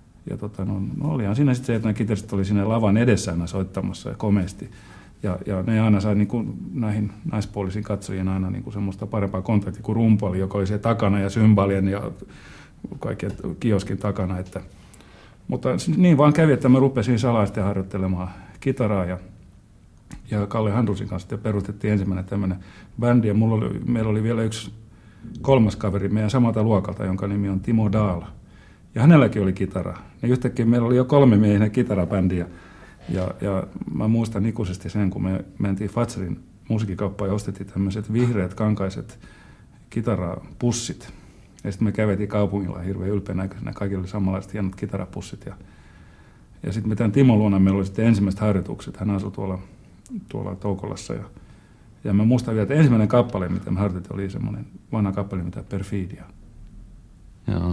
olihan siinä sitten se, että nämä kitaristit oli siinä lavan edessä aina soittamassa ja komeasti. Ja ne aina sai niin kuin näihin naispuolisiin katsojien aina niin kuin semmoista parempaa kontaktia kuin rumpali, joka oli se takana ja symbalien ja kaikkien kioskin takana. Mutta niin vaan kävi, että mä rupesin salaisesti harjoittelemaan kitaraa ja Kalle Handrusin kanssa sitten perustettiin ensimmäinen tämmöinen bändi ja meillä oli vielä yksi kolmas kaveri meidän samalta luokalta, jonka nimi on Timo Dahl. Ja hänelläkin oli kitara. Ja yhtäkkiä meillä oli jo 3 miehen kitarabändiä. Ja mä muistan ikuisesti sen, kun me mentiin Fatserin musiikkikauppaan ja ostettiin tämmöiset vihreät kankaiset kitarapussit. Ja sitten me käveltiin kaupungilla hirveän ylpeänäköisenä. Kaikilla oli samanlaiset hienot kitarapussit. Ja sitten me tämän Timon luona meillä oli sitten ensimmäiset harjoitukset. Hän asui tuolla Toukolassa. Ja mä muistan vielä, että ensimmäinen kappale, mitä me harjoitettiin, oli semmoinen vanha kappale, mitä Perfidia. Joo.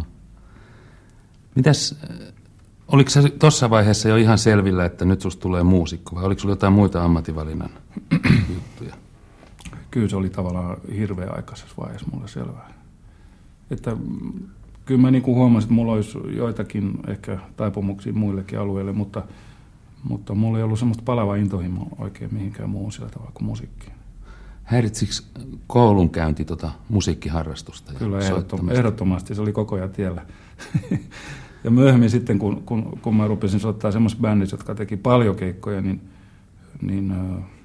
Mitäs, oliko sä tuossa vaiheessa jo ihan selvillä, että nyt susta tulee muusikko, vai oliko sulla jotain muita ammatinvalinnan juttuja? Kyllä se oli tavallaan hirveän aikaisessa vaiheessa mulle selvää. Että kyllä mä niin huomasin, että mulla olisi joitakin ehkä taipumuksia muillekin alueille, mutta mulla ei ollut semmoista palavaa intohimoa oikein mihinkään muuhun sillä tavalla kuin musiikkiin. Häiritsikö koulunkäynti musiikkiharrastusta? Kyllä, ehdottomasti. Se oli koko ajan tiellä. Ja myöhemmin sitten, kun mä rupesin soittaa semmoisessa bändissä, jotka teki paljon keikkoja, niin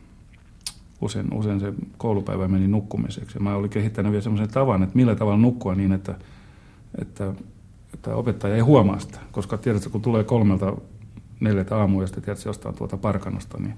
usein se koulupäivä meni nukkumiseksi. Ja mä olin kehittänyt vielä semmoisen tavan, että millä tavalla nukkua niin, että opettaja ei huomaa sitä. Koska tiedätkö, kun tulee 3-4 aamuja ja sitten tiedätkö jostain parkanosta, niin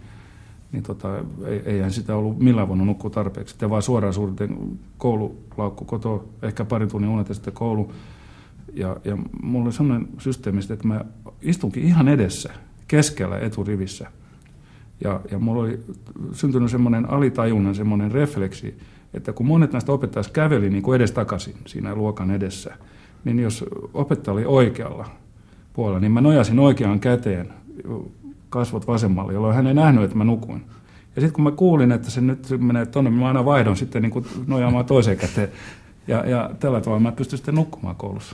eihän sitä ollut millään voinut nukkua tarpeeksi. Sitten vaan suoraan suurten koululaukku kotoa, ehkä parin tunnin unet ja sitten koulu. Ja mulla oli sellainen systeemi, että mä istunkin ihan edessä, keskellä eturivissä. Ja mulla oli syntynyt semmoinen alitajunnan semmoinen refleksi, että kun monet näistä opettajista käveli niin kuin edestakaisin siinä luokan edessä, niin jos opettaja oli oikealla puolella, niin mä nojasin oikeaan käteen kasvot vasemmalle, jolloin hän ei nähnyt, että mä nukuin. Ja sitten kun mä kuulin, että se nyt menee tuonne, mä aina vaihdon sitten niin kuin nojaamaan toiseen käteen. Ja tällä tavalla mä pystyn sitten nukkumaan koulussa.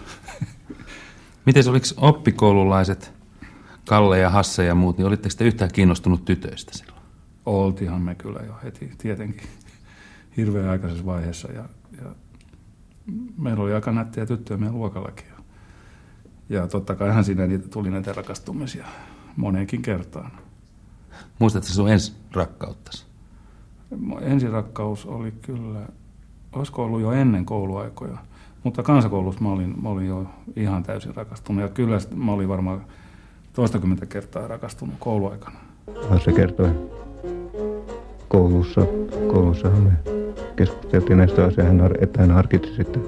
Miten oliko oppikoululaiset, Kalle ja Hasse ja muut, niin olitteko te yhtään kiinnostunut tytöistä silloin? Oltiinhan me kyllä jo heti, tietenkin, hirveän aikaisessa vaiheessa. Ja meillä oli aika nättejä tyttöjä meidän luokallakin. Ja totta kai siinä tuli näitä rakastumisia moneenkin kertaan. Muistatko sun ensirakkauttas? Ensirakkaus oli kyllä, olisiko ollut jo ennen kouluaikoja, mutta kansakoulussa mä olin jo ihan täysin rakastunut. Ja kyllä mä olin varmaan 20 kertaa rakastunut kouluaikana. Se kertoi koulussahan me keskusteltiin näistä asioista, että hän harkitsi sitten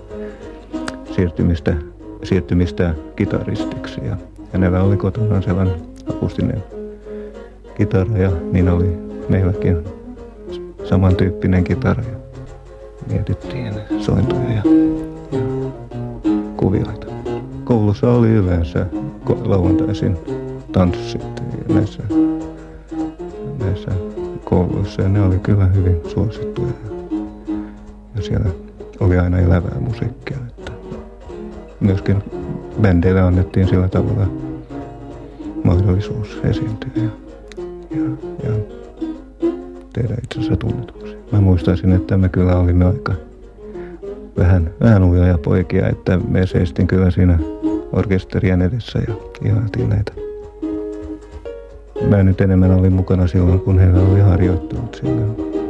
siirtymistä kitaristiksi. Ja hänellä oli kotona sellainen akustinen kitara ja niin oli meilläkin samantyyppinen kitara. Ja mietittiin sointuja ja kuvioita. Koulussa oli yleensä lauantaisin tanssit näissä kouluissa ja ne oli kyllä hyvin suosittuja. Ja siellä oli aina elävää musiikkia. Että myöskin bändeille annettiin sillä tavalla mahdollisuus esiintyä ja tehdä itsensä tunnetuksi. Mä muistaisin, että me kyllä olimme aika vähän ujoja poikia, että me seistin kyllä siinä orkesterien edessä ja ihailtiin näitä. Mä nyt enemmän olin mukana silloin, kun heillä oli harjoittelut siellä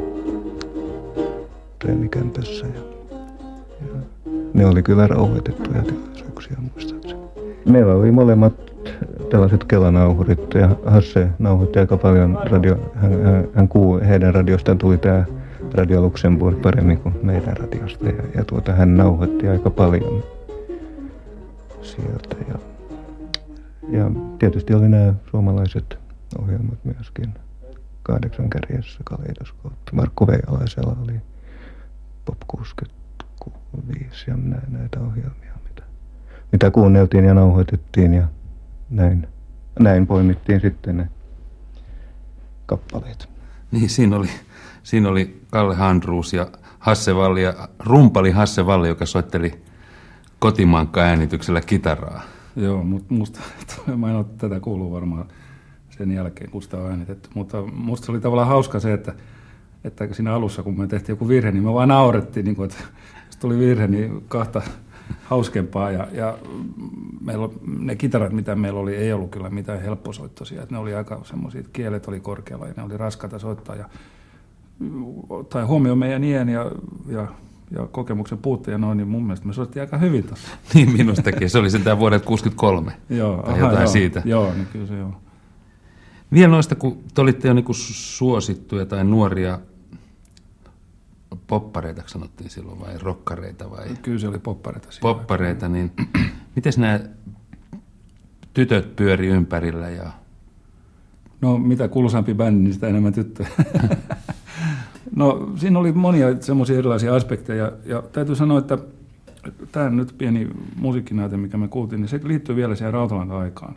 treenikämpässä. Ja ne oli kyllä rauhoitettuja tilaisuuksia muistaakseni. Meillä oli molemmat tällaiset kelanauhurit ja Hasse nauhoitti aika paljon heidän radiostaan tuli tämä Radio Luxemburg paremmin kuin meidän radiosta ja hän nauhoitti aika paljon sieltä ja tietysti oli nämä suomalaiset ohjelmat myöskin 8 kärjessä Kaleidoskooppi. Markku Veijalaisella oli Pop 65 ja näitä ohjelmia, mitä kuunneltiin ja nauhoitettiin ja näin poimittiin sitten ne kappaleet. Niin, siinä oli Kalle Handruus ja Hasse Valli ja rumpali Hasse Valli, joka soitteli kotimankka-äänityksellä kitaraa. Joo, mutta mä en ole tätä kuullut varmaan sen jälkeen, kun sitä on äänitetty. Mutta musta se oli tavallaan hauska se, että siinä alussa, kun me tehtiin joku virhe, niin me vaan naurettiin, niin kun, että jos tuli virhe, niin hauskempaa. Ja meillä, ne kitarat, mitä meillä oli, ei ollut kyllä mitään helpposoittoisia. Ne oli aika semmoisia, että kielet oli korkealla ja ne oli raskaita soittaa. Tai huomioon meidän iän ja kokemuksen puutteen ja noin, niin mun mielestä me soittiin aika hyvin tuossa. Niin minustakin, se oli sentään vuodet 63 tai jotain siitä. Joo, niin kyllä se joo. Vielä noista, kun te olitte jo niinku suosittuja tai nuoria poppareita, sanottiin silloin, vai rokkareita? Vai? Kyllä se oli poppareita. Poppareita, niin miten nämä tytöt pyöri ympärillä? No mitä kuuluisampi bändi, niin sitä enemmän tyttöjä. No siinä oli monia semmoisia erilaisia aspekteja ja täytyy sanoa, että tämä nyt pieni musiikkinäyte, mikä me kuultiin, niin se liittyy vielä siihen Rautalanka-aikaan.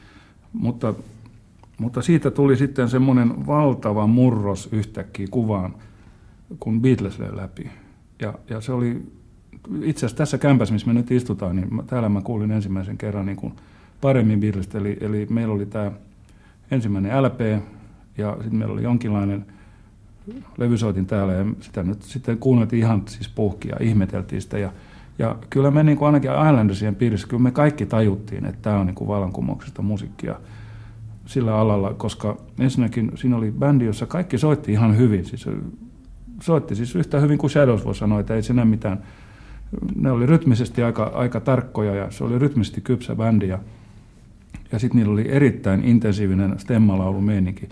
Mutta siitä tuli sitten semmoinen valtava murros yhtäkkiä kuvaan, kun Beatles löi läpi. Ja se oli itse asiassa tässä kämpässä, missä me nyt istutaan, niin täällä mä kuulin ensimmäisen kerran niin kuin paremmin Beatlesta. Eli meillä oli tämä ensimmäinen LP ja sitten meillä oli jonkinlainen levysoitin täällä ja sitä nyt sitten kuunneltiin ihan siis puhkia ja ihmeteltiin sitä. Ja kyllä me niin kuin ainakin Islandersien piirissä, kyllä me kaikki tajuttiin, että tämä on niin kuin vallankumouksesta musiikkia sillä alalla, koska ensinnäkin siinä oli bändi, jossa kaikki soitti ihan hyvin. Siis soitti siis yhtä hyvin kuin Shadows voi sanoa, että ei siinä mitään. Ne oli rytmisesti aika tarkkoja ja se oli rytmisesti kypsä bändi ja sitten niillä oli erittäin intensiivinen stemmalaulumeininki.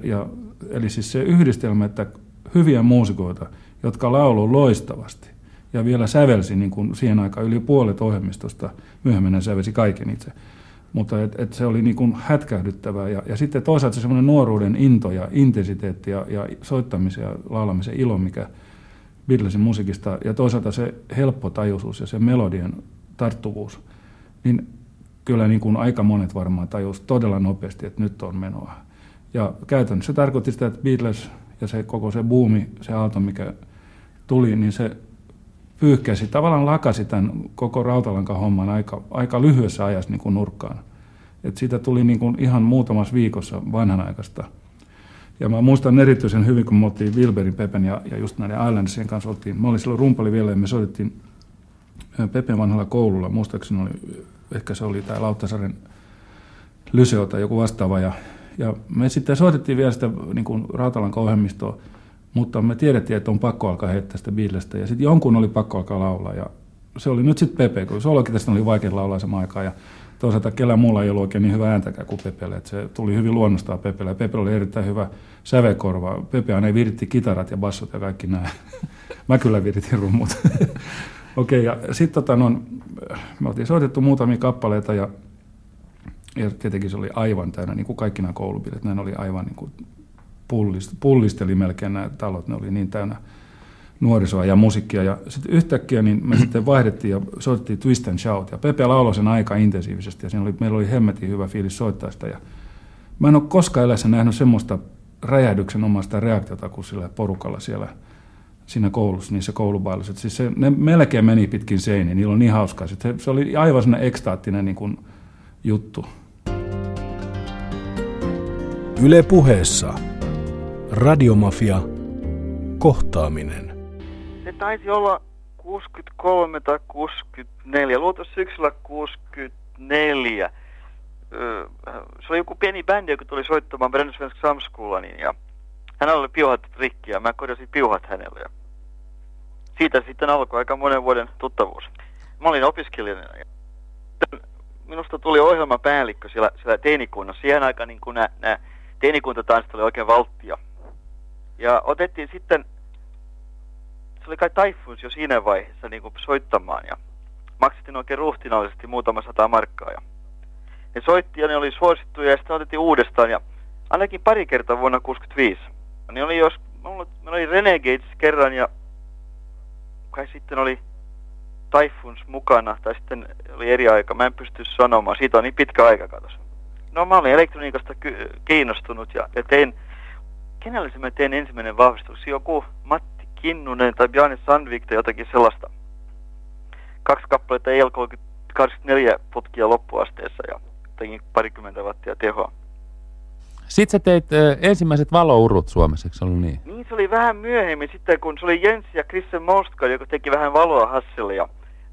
Eli siis se yhdistelmä, että hyviä muusikoita, jotka lauloi loistavasti ja vielä sävelsi niin kuin siihen aikaan yli puolet ohjelmistosta, myöhemmin ne sävelsi kaiken itse. Mutta se oli niin kuin hätkähdyttävää ja sitten toisaalta se semmoinen nuoruuden into ja intensiteetti ja soittamisen ja laulamisen ilo, mikä Beatlesin musiikista ja toisaalta se helppotajuisuus ja se melodian tarttuvuus, niin kyllä niin kuin aika monet varmaan tajusivat todella nopeasti, että nyt on menoa. Ja käytännössä se tarkoitti sitä, että Beatles ja se koko se buumi, se aalto, mikä tuli, niin se pyyhkäsi, tavallaan lakasi tämän koko Rautalanka-homman aika lyhyessä ajassa niin kuin nurkkaan. Et siitä tuli niin kuin ihan muutamassa viikossa vanhanaikaista. Ja mä muistan erityisen hyvin, kun me oltiin Wilberin, Pepen ja just näiden Islandersien kanssa oltiin. Mä olin silloin rumpali vielä ja me soitettiin Pepen vanhalla koululla. Muistaakseni ehkä se oli tämä Lauttasaaren Lyseo tai joku vastaava. Ja me sitten soitettiin vielä sitä niin kuin Rautalanka-ohjelmistoa, mutta me tiedettiin, että on pakko alkaa heittää sitä Beatlesta. Ja sitten jonkun oli pakko alkaa laulaa. Ja se oli nyt sitten Pepe, kun solokin tästä oli vaikea laulaa samaan aikaan. Ja toisaalta kellään muulla ei ollut oikein niin hyvä ääntäkään kuin Pepelle. Että se tuli hyvin luonnostaan Pepelle. Ja Pepelle oli erittäin hyvä sävekorva. Pepe aina viritti kitarat ja bassot ja kaikki nämä. Mä kyllä viritin rummut. Okei, ja sitten me oltiin soitettu muutamia kappaleita ja tietenkin se oli aivan täynnä, niin kuin kaikki nämä koulubileet. Ne oli aivan niin kuin pullisteli melkein nämä talot. Ne oli niin täynnä nuorisoa ja musiikkia. Ja sitten yhtäkkiä niin me sitten vaihdettiin ja soitettiin Twist and Shout. Ja Pepe lauloi sen aika intensiivisesti ja meillä oli hemmetin hyvä fiilis soittaa sitä. Ja mä en ole koskaan elässä nähnyt semmoista räjähdyksenomaista reaktiota kuin sillä porukalla siellä siinä koulussa, niissä koulubailuissa. Siis ne melkein meni pitkin seiniä, niillä on niin hauskaa. Se oli aivan sellainen ekstaattinen niin kuin juttu. Yle Puheessa Radiomafia kohtaaminen. Se taisi olla 63 tai 64, luultavasti syksyllä 64. Se oli joku pieni bändi, joka tuli soittamaan Brändes Svensk Samskolan, ja hänellä oli piuhat rikki ja mä korjasin piuhat hänelle. Ja siitä sitten alkoi aika monen vuoden tuttavuus. Mä olin opiskelijana ja minusta tuli ohjelmapäällikkö siellä teinikunnassa. Siihen aikaan niin kun nämä teinikuntatanssut oli oikein valttia. Ja otettiin sitten, se oli kai Typhoons jo siinä vaiheessa niin kuin soittamaan ja maksettiin oikein ruhtinallisesti muutama 100 markkaa. Ja ne soitti ja ne oli suosittuja ja sitten otettiin uudestaan ja ainakin pari kertaa vuonna 1965. Niin meillä oli Renegades kerran ja kai sitten oli Typhoons mukana tai sitten oli eri aika. Mä en pysty sanomaan, siitä on niin pitkä aika katos. No mä olin elektroniikasta kiinnostunut ja kenelle mä tein ensimmäinen vahvistus? Joku Matti Kinnunen tai Bjarne Sandvik tai jotakin sellaista. 2 kappaletta EL84 putkia loppuasteessa ja jotenkin 20 wattia tehoa. Sitten sä teit ensimmäiset valourut Suomessa, eikö se ollut niin? Niin, se oli vähän myöhemmin sitten, kun se oli Jens ja Christian Mostka, joka teki vähän valoa Hasselle. Ja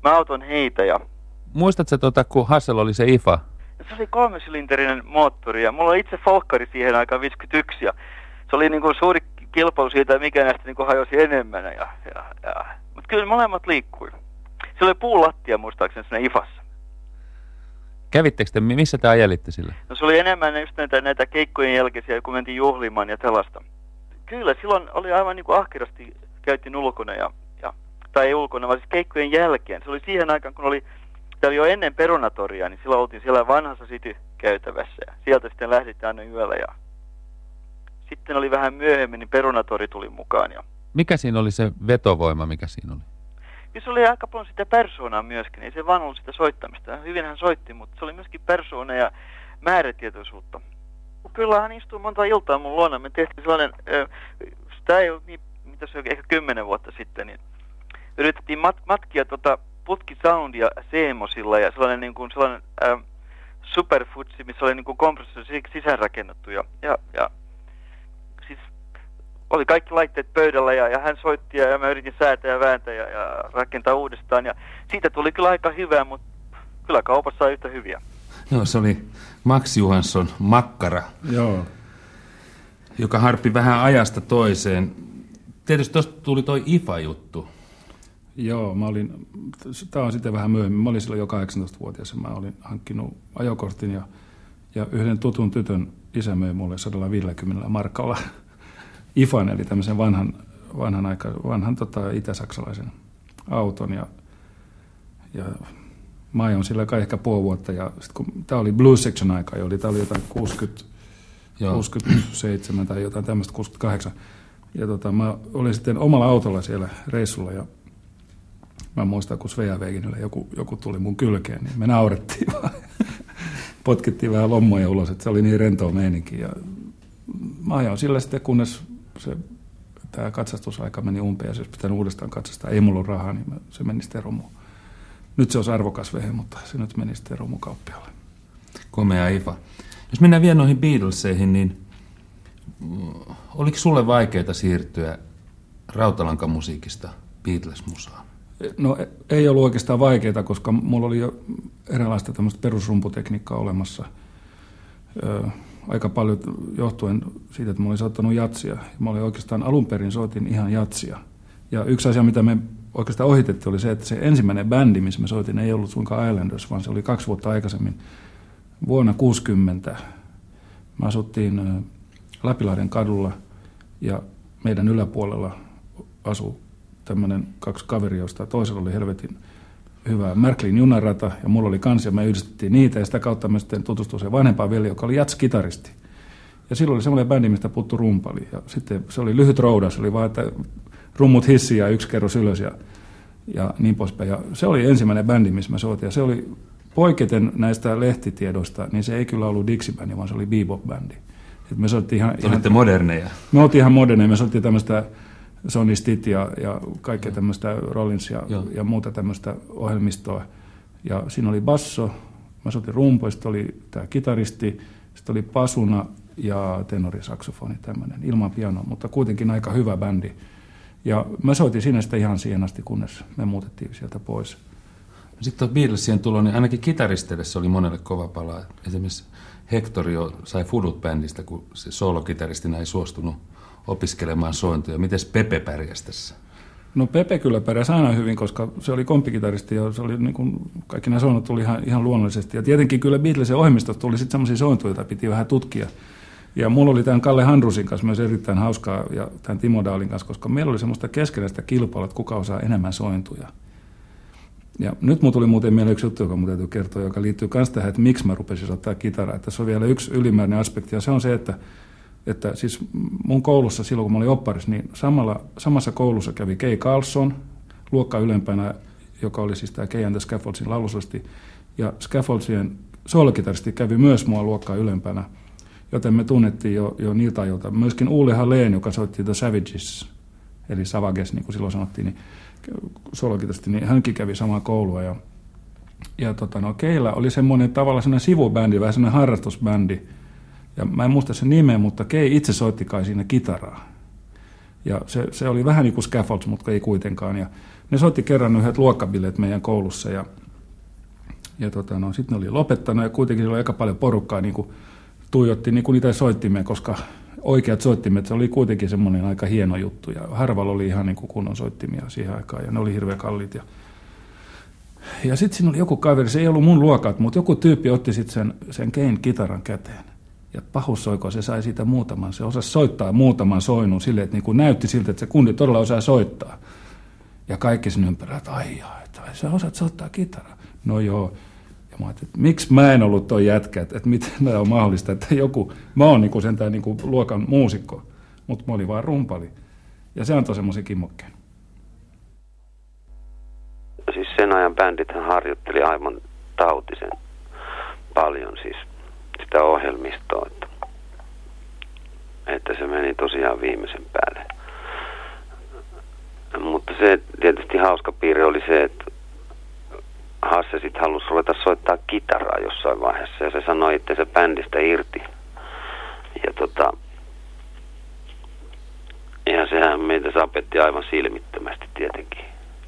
Mä auton heitä ja... Muistatko kun Hassel oli se IFA? Se oli 3-sylinterinen moottori ja mulla oli itse folkkari siihen aikaan 51 ja se oli niin kuin suuri kilpailu siitä, mikä näistä niin kuin hajosi enemmän. Mutta kyllä molemmat liikkui. Se oli puulattia muistaakseni siinä IFassa. Kävittekö te, missä te ajelitte sillä? No se oli enemmän just näitä keikkojen jälkeisiä, kun mentiin juhlimaan ja tällaista. Kyllä, silloin oli aivan niin kuin ahkerasti käytiin ulkona tai ei ulkona, vaan siis keikkojen jälkeen. Se oli siihen aikaan, kun täällä jo ennen Perunatoria, niin silloin oltiin siellä vanhassa City-käytävässä ja sieltä sitten lähdettiin aina yöllä ja sitten oli vähän myöhemmin, niin Perunatori tuli mukaan. Ja... Mikä siinä oli se vetovoima, mikä siinä oli? Ja se oli aika paljon sitä persoonaa myöskin, ei se vaan ollut sitä soittamista. Hyvin hän soitti, mutta se oli myöskin persoona ja määrätietoisuutta. Kyllä hän istui monta iltaa mun luona. Me tehtiin sellainen, sitä ei ollut niin, mitä se oli, ehkä 10 vuotta sitten, niin yritettiin matkia putkisoundia Seemosilla ja sellainen, niin kuin, sellainen superfutsi, missä oli niin kuin kompressori sisäänrakennettu ja siis oli kaikki laitteet pöydällä ja hän soitti ja mä yritin säätää ja vääntää ja rakentaa uudestaan ja siitä tuli kyllä aika hyvää, mutta kyllä kaupassa on yhtä hyviä. Joo, se oli Max Johansson Makkara, Joo. joka harppi vähän ajasta toiseen. Tietysti tuosta tuli toi IFA-juttu. Joo, tämä on sitten vähän myöhemmin. Mä olin silloin jo 18-vuotias ja mä olin hankkinut ajokortin ja yhden tutun tytön isä möi mulle 150 markalla IFAn, eli tämmöisen vanhan itä-saksalaisen auton ja mä ajoin sillä kai ehkä puoli vuotta ja sitten kun tämä oli Blues Section aika, tämä oli jotain 67 tai jotain tämmöistä 68 ja mä olin sitten omalla autolla siellä reissulla ja mä muistan, kun Sveaväginillä joku tuli mun kylkeen, niin me naurettiin vaan. Potkittiin vähän lommoja ulos, että se oli niin rentoa meininki. Ja mä ajoin sillä sitten, kunnes tämä katsastusaika meni umpeen ja se olisi pitänyt uudestaan katsastaa. Ei mulla ole rahaa, niin se meni sitten romuun. Nyt se olisi arvokas vehe, mutta se nyt meni sitten romukauppialle. Komea IFA. Jos mennään vielä noihin Beatleseihin, niin oliko sulle vaikeaa siirtyä rautalankamusiikista Beatles-musaan? No ei ollut oikeastaan vaikeaa, koska mulla oli jo erilaista tämmöistä perusrumputekniikkaa olemassa. Aika paljon johtuen siitä, että mä olin soittanut jatsia. Mä olin oikeastaan alun perin soitin ihan jatsia. Ja yksi asia, mitä me oikeastaan ohitettiin, oli se, että se ensimmäinen bändi, missä me soitin, ei ollut suinkaan Islanders, vaan se oli 2 vuotta aikaisemmin. Vuonna 1960 me asuttiin Lapilahden kadulla ja meidän yläpuolella asui tämmöinen 2 kaveria, josta toisella oli helvetin hyvä Märklin junarata ja mulla oli kans ja me yhdistettiin niitä ja sitä kautta me sitten tutustuin se vanhempaan veli, joka oli jats-kitaristi. Ja silloin oli semmoinen bändi, mistä puuttui rumpali ja sitten se oli lyhyt rouda, se oli vaan, että rummut hissiin ja 1 kerros ylös ja niin poispäin. Ja se oli ensimmäinen bändi, missä mä soitin ja se oli poiketen näistä lehtitiedoista, niin se ei kyllä ollut Dixie-bändi, vaan se oli bebop-bändi. Me soittiin ihan... Olitte moderneja. Me oltiin ihan moderneja, me soittiin tämmöistä Sonny Stitt ja kaikkea tämmöistä Rollins ja muuta tämmöistä ohjelmistoa. Ja siinä oli basso, mä soitin rumpu, sitten oli tämä kitaristi, sitten oli pasuna ja tenorisaksofoni tämmöinen, ilman pianoa, mutta kuitenkin aika hyvä bändi. Ja mä soitin siinä sitä ihan siihen asti, kunnes me muutettiin sieltä pois. Sitten Beatlesien tulo, niin ainakin kitaristeille se oli monelle kova pala. Esimerkiksi Hector sai Fudut-bändistä, kun se soolokitaristina ei suostunut opiskelemaan sointuja. Mites Pepe pärjäsi tässä? No Pepe kyllä pärjäsi aina hyvin, koska se oli komppikitaristi ja se oli niin kuin, kaikki nämä soinnut tuli ihan luonnollisesti. Ja tietenkin kyllä Beatlesin ohjelmistosta tuli sitten sellaisia sointuja, joita piti vähän tutkia. Ja mulla oli tämän Kalle Handrusin kanssa myös erittäin hauskaa ja tämän Timo Daalin kanssa, koska meillä oli semmoista keskeneräistä kilpailua, että kuka osaa enemmän sointuja. Ja nyt mun tuli muuten mieleen yksi juttu, joka mun täytyy kertoa, joka liittyy myös tähän, että miksi mä rupesin soittaa kitaraa. Että se on vielä yksi ylimääräinen aspekti ja se on se, että siis mun koulussa silloin, kun mä olin opparis, niin samassa koulussa kävi Kay Carlson, luokka ylempänä, joka oli siis tämä Kay and the Scaffoldsin laulusosti, ja Scaffoldsien soolokitaristi kävi myös mua luokkaa ylempänä, joten me tunnettiin jo niiltä ajoilta. Myöskin Ulle Haleen, joka soitti The Savages, eli Savages, niin kuin silloin sanottiin, niin soolokitaristi, niin hänkin kävi samaa koulua. Ja Keillä oli semmoinen tavallaan semmoinen sivubändi, vähän semmoinen harrastusbändi. Ja mä en muista sen nimeä, mutta Kei itse soitti kai siinä kitaraa. Ja se oli vähän niin kuin Scaffolds, mutta ei kuitenkaan. Ja ne soitti kerran yhdet luokkabileet meidän koulussa ja sitten ne oli lopettanut ja kuitenkin oli aika paljon porukkaa niin kuin tuijotti niin kuin niitä soittimia, koska oikeat soittimet, se oli kuitenkin semmoinen aika hieno juttu ja harvalla oli ihan niin kuin kunnon soittimia siihen aikaan ja ne oli hirveän kalliit. Ja sitten siinä oli joku kaveri, se ei ollut mun luokat, mutta joku tyyppi otti sitten sen Kane-kitaran käteen. Ja pahussoiko se sai siitä muutaman, se osasi soittaa muutaman soinun silleen, että niin kuin näytti siltä, että se kundi todella osaa soittaa. Ja kaikki sen ympärillä, että että sä osaat soittaa kitaraa. No joo. Ja mä ajattelin, että miksi mä en ollut toi jätkä, että miten tämä on mahdollista, että mä oon niin kuin sentään niin kuin luokan muusikko, mutta mä olin vaan rumpali. Ja se antoi semmoisen kimmokkeen. Siis sen ajan bändithän harjoitteli aivan tautisen paljon siis sitä ohjelmistoa, että se meni tosiaan viimeisen päälle. Mutta se tietysti hauska piirre oli se, että Hasse sitten halusi ruveta soittaa kitaraa jossain vaiheessa ja se sanoi itsensä bändistä irti. Ja sehän meitä sapetti aivan silmittömästi tietenkin.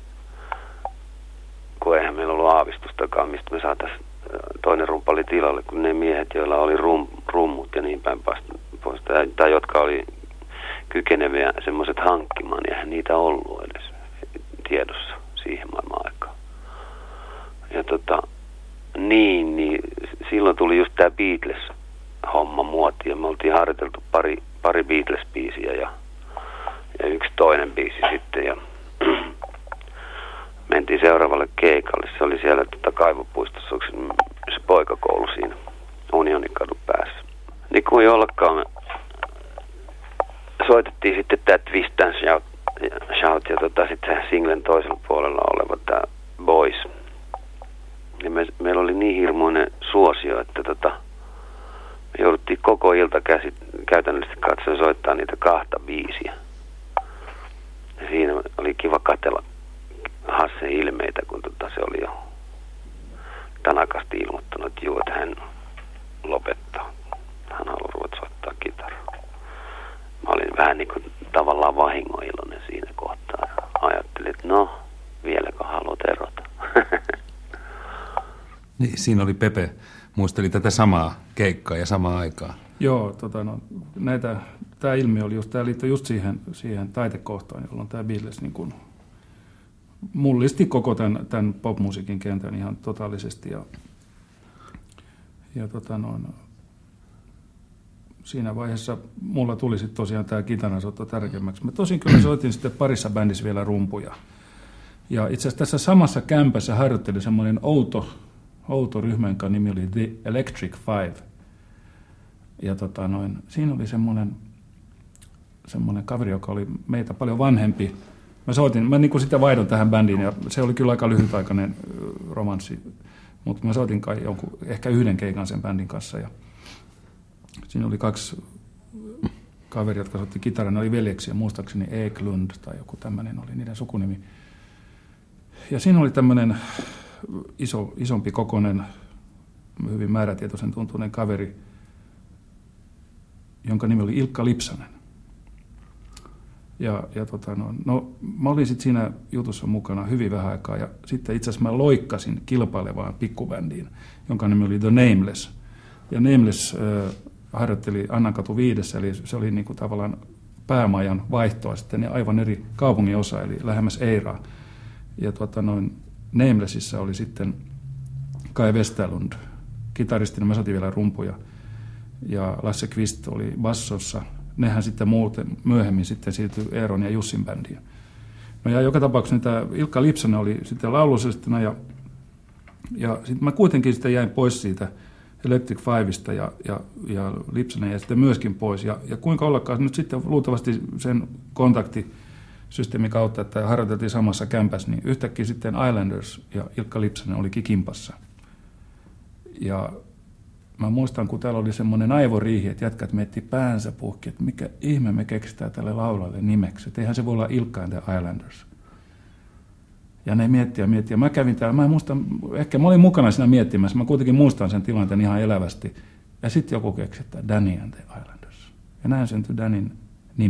Kun eihän meillä ollut aavistustakaan, mistä me saataisiin toinen rumpali tilalle, kun ne miehet, joilla oli rummut ja niin päin pois, tai jotka oli kykeneviä semmoiset hankkimaan, niin eihän niitä ollut edes tiedossa siihen maailman aikaan. Ja niin silloin tuli just tää Beatles-homma muotiin, ja me oltiin harjoiteltu pari Beatles-biisiä ja yksi toinen biisi sitten, ja mentiin seuraavalle keikalle. Se oli siellä Kaivopuistossa, onko se poikakoulu siinä Unionikadun päässä. Niin kuin jollakaan me soitettiin sitten tää Twist and Shout ja sitten singlen toisella puolella oleva tää Boys. Ja meillä oli niin hirmuinen suosio, että me jouduttiin koko ilta käytännöllisesti katsoen soittaa niitä 2 biisiä. Ja siinä oli kiva katsella Hassen ilmeitä, kun se oli jo tanakasti ilmoittanut, että hän lopettaa. Hän haluaa ruveta soittaa kitaraa. Mä olin vähän niin kuin tavallaan vahingoiloinen siinä kohtaa ja ajattelin, että vieläkö haluat erota. Niin, siinä oli Pepe, muisteli tätä samaa keikkaa ja samaa aikaa. Joo, tämä ilmiö oli tämä liittyi just siihen taitekohtaan, jolloin tämä Beatles niin kuin mullisti koko tämän popmusiikin kentän ihan totaalisesti siinä vaiheessa mulla tuli sitten tosiaan tämä kitaransoitto tärkeämmäksi. Mä tosin kyllä soitin sitten parissa bändissä vielä rumpuja. Ja itse asiassa tässä samassa kämpässä harjoitteli semmoinen outo ryhmä, jonka nimi oli The Electric Five. Ja siinä oli semmoinen kaveri, joka oli meitä paljon vanhempi. Mä niin kuin sitä vaihdon tähän bändiin, ja se oli kyllä aika lyhytaikainen romanssi, mutta mä soitin kai ehkä 1 keikan sen bändin kanssa. Ja siinä oli 2 kaveria, jotka soitti kitaran, ne oli veljeksiä, muistaakseni Eklund tai joku tämmöinen oli niiden sukunimi. Ja siinä oli tämmöinen isompi kokoinen, hyvin määrätietoisen tuntuinen kaveri, jonka nimi oli Ilkka Lipsanen. Mä olin sitten siinä jutussa mukana hyvin vähän aikaa ja sitten itse asiassa mä loikkasin kilpailevaan pikkubändiin, jonka nimi oli The Nameless. Ja Nameless harjoitteli Annankatu 5, eli se oli niinku tavallaan päämajan vaihtoa sitten ja aivan eri kaupungin osa, eli lähemmäs Eiraa. Ja Namelessissä oli sitten Kai Westerlund, kitaristina, mä soitin vielä rumpuja, ja Lasse Qvist oli bassossa. Nehän sitten myöhemmin sitten siirtyi Eeron ja Jussin bändiin. No ja joka tapauksessa tämä Ilkka Lipsanen oli sitten laulusestina ja sitten mä kuitenkin sitten jäin pois siitä Electric Fivesta ja Lipsanen jäi sitten myöskin pois. Ja kuinka ollakaan nyt sitten luultavasti sen kontaktisysteemin kautta, että harjoiteltiin samassa kämpässä, niin yhtäkkiä sitten Islanders ja Ilkka Lipsanen olikin kimpassa. Ja mä muistan, kun täällä oli semmoinen aivoriihi, että jätkät mietti päänsä puhki, että mikä ihme me keksitään tälle laulajalle nimeksi. Että eihän se voi olla Ilkka and the Islanders. Ja ne miettiä. Mä kävin täällä, mä en muista, ehkä mä olin mukana siinä miettimässä, mä kuitenkin muistan sen tilanteen ihan elävästi. Ja sitten joku keksi, että Danny and the Islanders. Ja näin syntyi Danin nimi.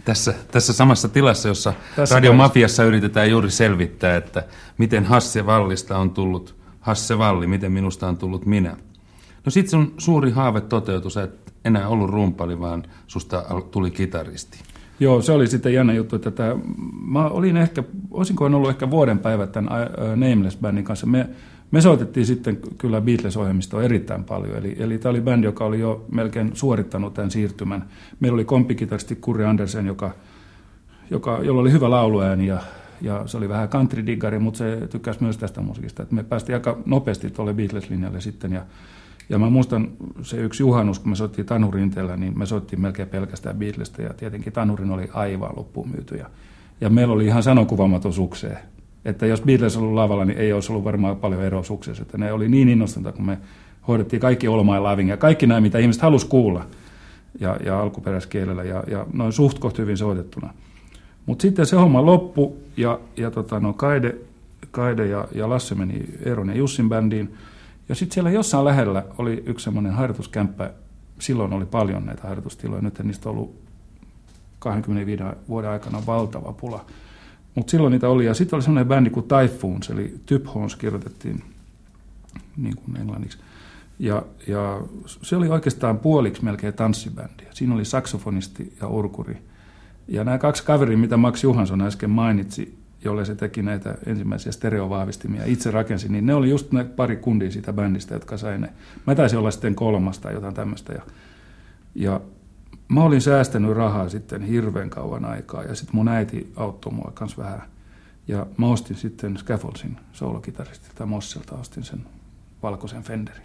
tässä samassa tilassa, jossa Radiomafiassa yritetään juuri selvittää, että miten Hasse Wallista on tullut Hasse Walli, miten minusta on tullut minä. No sit sun suuri haave toteutui, sä et enää ollut rumpali, vaan susta tuli kitaristi. Joo, se oli sitten jännä juttu, että olisinko ollut ehkä vuoden päivät tämän Nameless-bändin kanssa. Me soitettiin sitten kyllä Beatles-ohjelmistoa erittäin paljon, eli tämä oli bändi, joka oli jo melkein suorittanut tämän siirtymän. Meillä oli komppikitaristi Kurre Andersen, jolla oli hyvä lauluääni ja se oli vähän country-diggari, mutta se tykkäsi myös tästä musiikista. Et me päästiin aika nopeasti tuolle Beatles-linjalle sitten ja mä muistan se yksi juhannus, kun me soittiin Tanhu Rinteellä, niin me soittiin melkein pelkästään Beatlesta ja tietenkin Tanhurin oli aivan loppuun myyty. Ja meillä oli ihan sanokuvaamaton sukseen. Että jos Beatles ollut lavalla, niin ei olisi ollut varmaan paljon eroa suksessa. Että ne oli niin innostuneita, kun me hoidettiin kaikki All My Loving ja kaikki nämä, mitä ihmiset halusi kuulla ja alkuperäiskielellä ja noin suht koht hyvin soitettuna. Mutta sitten se homma loppui ja Kaide ja Lasse meni Eeron ja Jussin bändiin. Ja sitten siellä jossain lähellä oli yksi semmoinen harjoituskämppä. Silloin oli paljon näitä harjoitustiloja. Nyt niistä on ollut 25 vuoden aikana valtava pula. Mutta silloin niitä oli. Ja sitten oli semmoinen bändi kuin Typhoons, eli Typhons kirjoitettiin niin kuin englanniksi. Ja se oli oikeastaan puoliksi melkein tanssibändi. Siinä oli saksofonisti ja urkuri. Ja nämä kaksi kaveria, mitä Max Johansson äsken mainitsi, jolle se teki näitä ensimmäisiä stereovahvistimia, itse rakensi, niin ne oli just ne pari kundia siitä bändistä, jotka sai ne. Mä taisin olla sitten 3 tai jotain tämmöistä. Ja mä olin säästänyt rahaa sitten hirveän kauan aikaa, ja sitten mun äiti auttoi mua kans vähän. Ja mä ostin sitten Scaffoldsin soolokitaristilta Mosselta, ostin sen valkoisen Fenderin.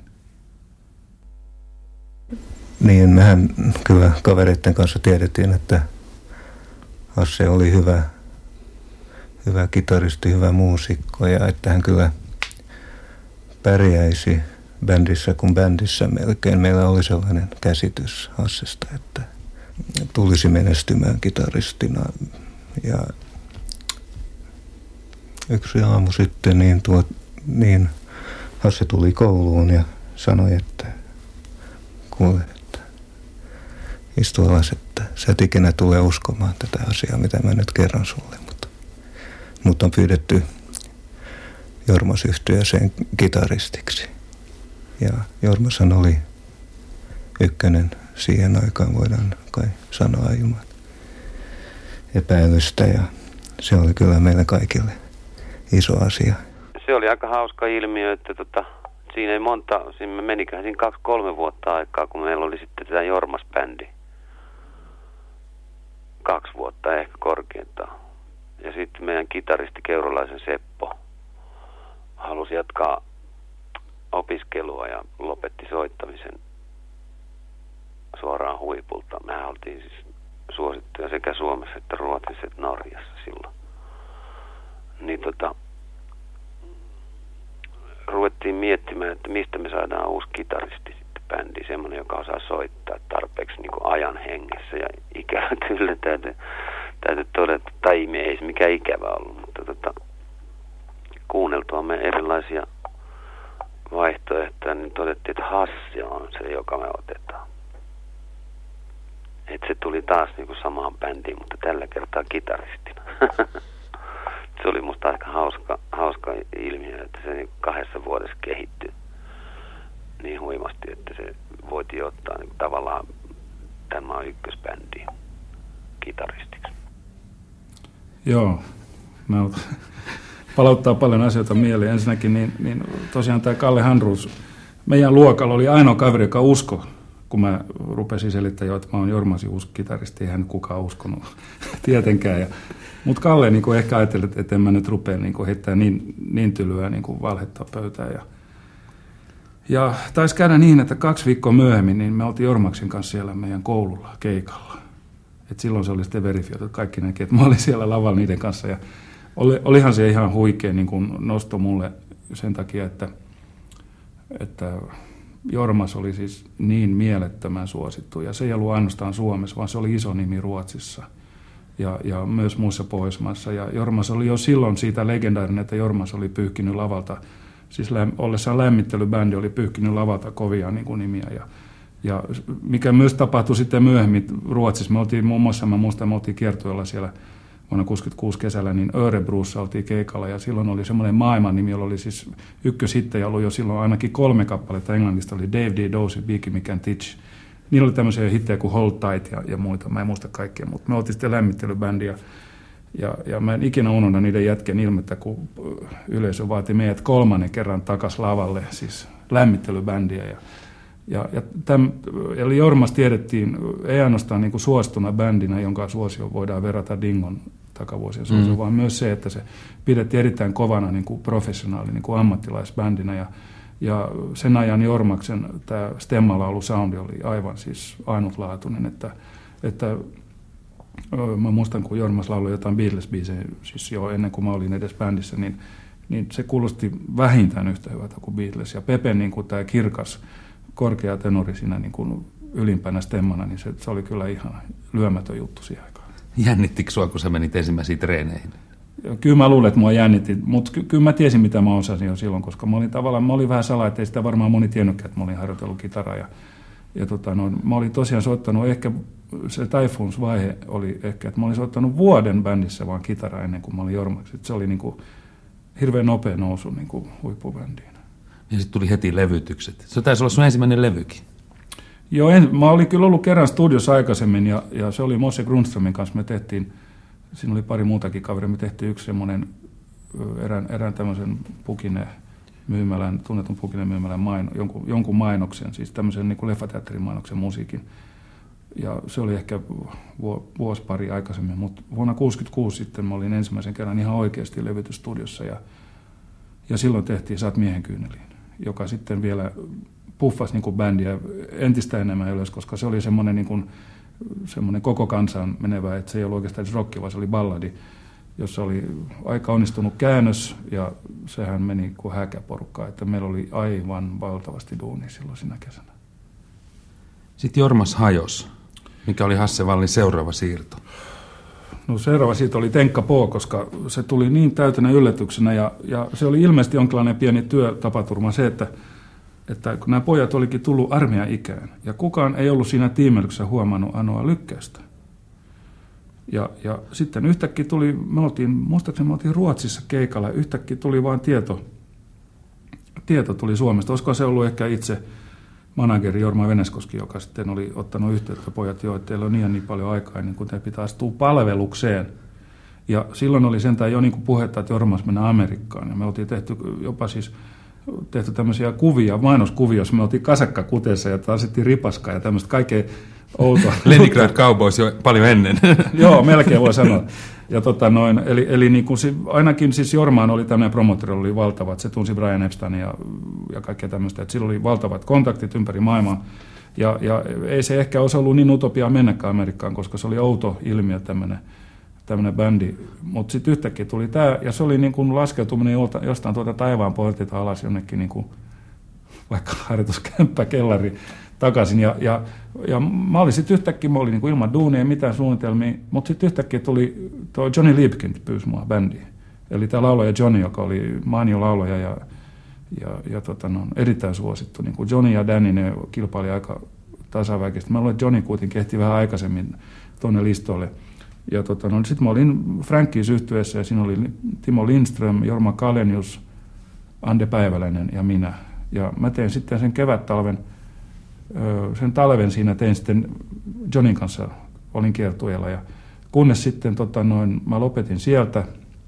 Niin, mehän kyllä kavereiden kanssa tiedettiin, että Hasse oli hyvä kitaristi, hyvä muusikko ja että hän kyllä pärjäisi bändissä kuin bändissä melkein. Meillä oli sellainen käsitys Hassesta, että tulisi menestymään kitaristina. Ja yksi aamu sitten niin Hasse tuli kouluun ja sanoi, että kuule, että istu alas, että sä et ikinä tule uskomaan tätä asiaa, mitä mä nyt kerron sulle. Mutta on pyydetty Jormas-yhtyeeseen kitaristiksi. Ja Jormashan oli ykkönen siihen aikaan, voidaan kai sanoa ilman epäilystä. Ja se oli kyllä meille kaikille iso asia. Se oli aika hauska ilmiö, että siinä ei siinä meniköhän siinä 2-3 vuotta aikaa, kun meillä oli sitten tämä Jormas-bändi. 2 vuotta ehkä korkeintaan. Ja sitten meidän kitaristi Keurolaisen Seppo halusi jatkaa opiskelua ja lopetti soittamisen suoraan huipulta. Mehän oltiin siis suosittuja sekä Suomessa että Ruotsissa että Norjassa silloin. Niin ruvettiin miettimään, että mistä me saadaan uusi kitaristi sitten bändi. Semmoinen, joka osaa soittaa tarpeeksi niin kuin ajan hengessä ja ikävä kyllä täytyy todeta, tai ei se mikään ikävä ollut, mutta kuunneltua me erilaisia vaihtoehtoja, niin todettiin, että Hasse on se, joka me otetaan. Että se tuli taas niin kuin samaan bändiin, mutta tällä kertaa kitaristina. Se oli musta aika hauska ilmiö, että se niin 2 vuodessa kehittyi niin huimasti, että se voitiin ottaa niin tavallaan tämän maan ykkösbändiin kitaristiksi. Joo, palauttaa paljon asioita mieleen. Ensinnäkin niin tosiaan tämä Kalle Handruus, meidän luokalla oli ainoa kaveri, joka uskoi, kun mä rupesin selittämään, että mä oon Jormasin uusi kitaristi, ei hän kukaan uskonut tietenkään. Mutta Kalle niin ehkä ajatteli, että en mä nyt rupea niin heittää niin tylyä niin valhetta pöytään. Ja taisi käydä niin, että 2 viikkoa myöhemmin niin me oltiin Jormaksen kanssa siellä meidän koululla keikalla. Et silloin se oli sitten verifioitu, että kaikki näki, että mä olin siellä lavalla niiden kanssa. Ja olihan se ihan huikea niin kuin nosto mulle sen takia, että Jormas oli siis niin mielettömän suosittu. Ja se ei ollut ainoastaan Suomessa, vaan se oli iso nimi Ruotsissa ja myös muissa Pohjoismaissa. Ja Jormas oli jo silloin siitä legendaarinen, että Jormas oli pyyhkinyt lavalta, siis ollessaan lämmittelybändi oli pyyhkinyt lavalta kovia niin kuin nimiä. Ja mikä myös tapahtui sitten myöhemmin Ruotsissa, me oltiin muun muassa, mä muistan, me oltiin kiertueella siellä vuonna 1966 kesällä, niin Örebrossa oltiin keikalla ja silloin oli semmoinen maailman nimi, jolla oli siis ykköshittejä ollut jo silloin ainakin 3 kappaletta englannista, oli Dave D. Dozy, Beaky McCantitch. Niillä oli tämmöisiä hittejä kuin Hold Tight ja muita, mä en muista kaikkea, mutta me oltiin sitten lämmittelybändi ja mä en ikinä unohda niiden jätkien ilmettä, kun yleisö vaati meidät 3. kerran takas lavalle, siis lämmittelybändiä. Eli Jormas tiedettiin, ei ainoastaan niin kuin suostuna bändinä, jonka suosio voidaan verrata Dingon takavuosien suosio, vaan myös se, että se pidettiin erittäin kovana niin kuin professionaali, niin kuin ammattilaisbändinä. Ja sen ajan Jormaksen tämä stemma-laulu-soundi oli aivan siis ainutlaatuinen, että mä muistan, kun Jormas lauloi jotain Beatles-biisejä, siis jo ennen kuin mä olin edes bändissä, niin se kuulosti vähintään yhtä hyvältä kuin Beatles. Ja Pepen niin kuin tämä kirkas, korkea tenori siinä niin kuin ylimpänä stemmana, niin se oli kyllä ihan lyömätön juttu siihen aikaan. Jännittikö sua, kun sä menit ensimmäisiin treeneihin? Kyllä mä luulen, että mua jännitti, mutta kyllä mä tiesin, mitä mä osasin jo silloin, koska mä olin vähän salaa, ettei sitä varmaan moni tiennytkään, että mä olin harjoitellut kitaraa. Mä olin tosiaan soittanut, ehkä se Typhoons-vaihe oli ehkä, että mä olin soittanut vuoden bändissä vaan kitaraa ennen kuin mä olin Jormaksi. Se oli niin kuin hirveän nopea nousu niin kuin huippubändiin. Ja sitten tuli heti levytykset. Se taisi olla sun ensimmäinen levykin. Joo, mä olin kyllä ollut kerran studiossa aikaisemmin ja se oli Mosse Grundströmin kanssa. Me tehtiin, siinä oli pari muutakin kaveria, me tehtiin yksi semmoinen erään tämmöisen Pukine-myymälän, tunnetun Pukine-myymälän jonkun mainoksen, siis tämmöisen niin kuin leffateatterin mainoksen musiikin. Ja se oli ehkä vuosi pari aikaisemmin, mutta vuonna 1966 sitten mä olin ensimmäisen kerran ihan oikeasti levytysstudiossa ja silloin tehtiin Saat miehen kyyneliin, joka sitten vielä puffasi niin kuin bändiä entistä enemmän ylös, koska se oli semmoinen, niin kuin, semmoinen koko kansaan menevä, että se ei ollut oikeastaan edes rocki, vaan se oli balladi, jossa oli aika onnistunut käännös ja sehän meni kuin häkäporukkaa, että meillä oli aivan valtavasti duunia silloin siinä kesänä. Sitten Jormas hajos. Mikä oli Hasse Wallin seuraava siirto? No seuraava siirto oli Tenkka Po, koska se tuli niin täytenä yllätyksenä ja se oli ilmeisesti jonkinlainen pieni työtapaturma se, että kun nämä pojat olikin tullut armeijan-ikään ja kukaan ei ollut siinä tiimelyksessä huomannut anoa lykkäystä. Ja sitten yhtäkkiä tuli, muistaakseni me oltiin Ruotsissa keikalla, yhtäkkiä tuli vaan tieto tuli Suomesta. Olisiko se ollut ehkä itse manageri Jorma Veneskoski, joka sitten oli ottanut yhteyttä pojat jo, että teillä on niin paljon aikaa ennen kuin te pitää astua palvelukseen. Ja silloin oli sentään jo niin kuin puhetta, että Jormas mennään Amerikkaan. Ja me oltiin tehty tämmöisiä kuvia, mainoskuvia, jos me oltiin kasakkakuteessa ja tansittiin ripaskaa ja tämmöistä kaikkea outoa. Leningrad Cowboys jo paljon ennen. Joo, melkein voi sanoa. Ja eli niin kuin ainakin siis Jormaan oli tämmöinen promoottori, oli valtavat, se tunsi Brian Epsteinia ja kaikkea tämmöistä, että sillä oli valtavat kontaktit ympäri maailmaa. Ja ei se ehkä olisi ollut niin utopiaa mennäkään Amerikkaan, koska se oli outo ilmiö tämmöinen bändi. Mutta sitten yhtäkkiä tuli tämä, ja se oli niin kuin laskeutuminen jostain tuota taivaan portilta alas jonnekin niin kuin vaikka harjoituskämppä kellari takaisin. Ja mä olin sitten yhtäkkiä, mä olin niin kuin ilman duunia, mitään suunnitelmia, mutta sitten yhtäkkiä tuli tuo Johnny Liebkind pyysi mua bändiin. Eli tämä laulaja Johnny, joka oli mainio laulaja ja erittäin suosittu. Niin kuin Johnny ja Danny, ne kilpaili aika tasaväkisesti. Mä luulen, että Johnny kuitenkin ehti vähän aikaisemmin tuonne listoille. Ja sitten mä olin Frankies yhtyeessä ja siinä oli Timo Lindström, Jorma Kalenius, Ande Päiväläinen ja minä. Ja mä tein sitten sen sen talven siinä tein sitten Johnin kanssa, olin kiertueella ja kunnes sitten mä lopetin sieltä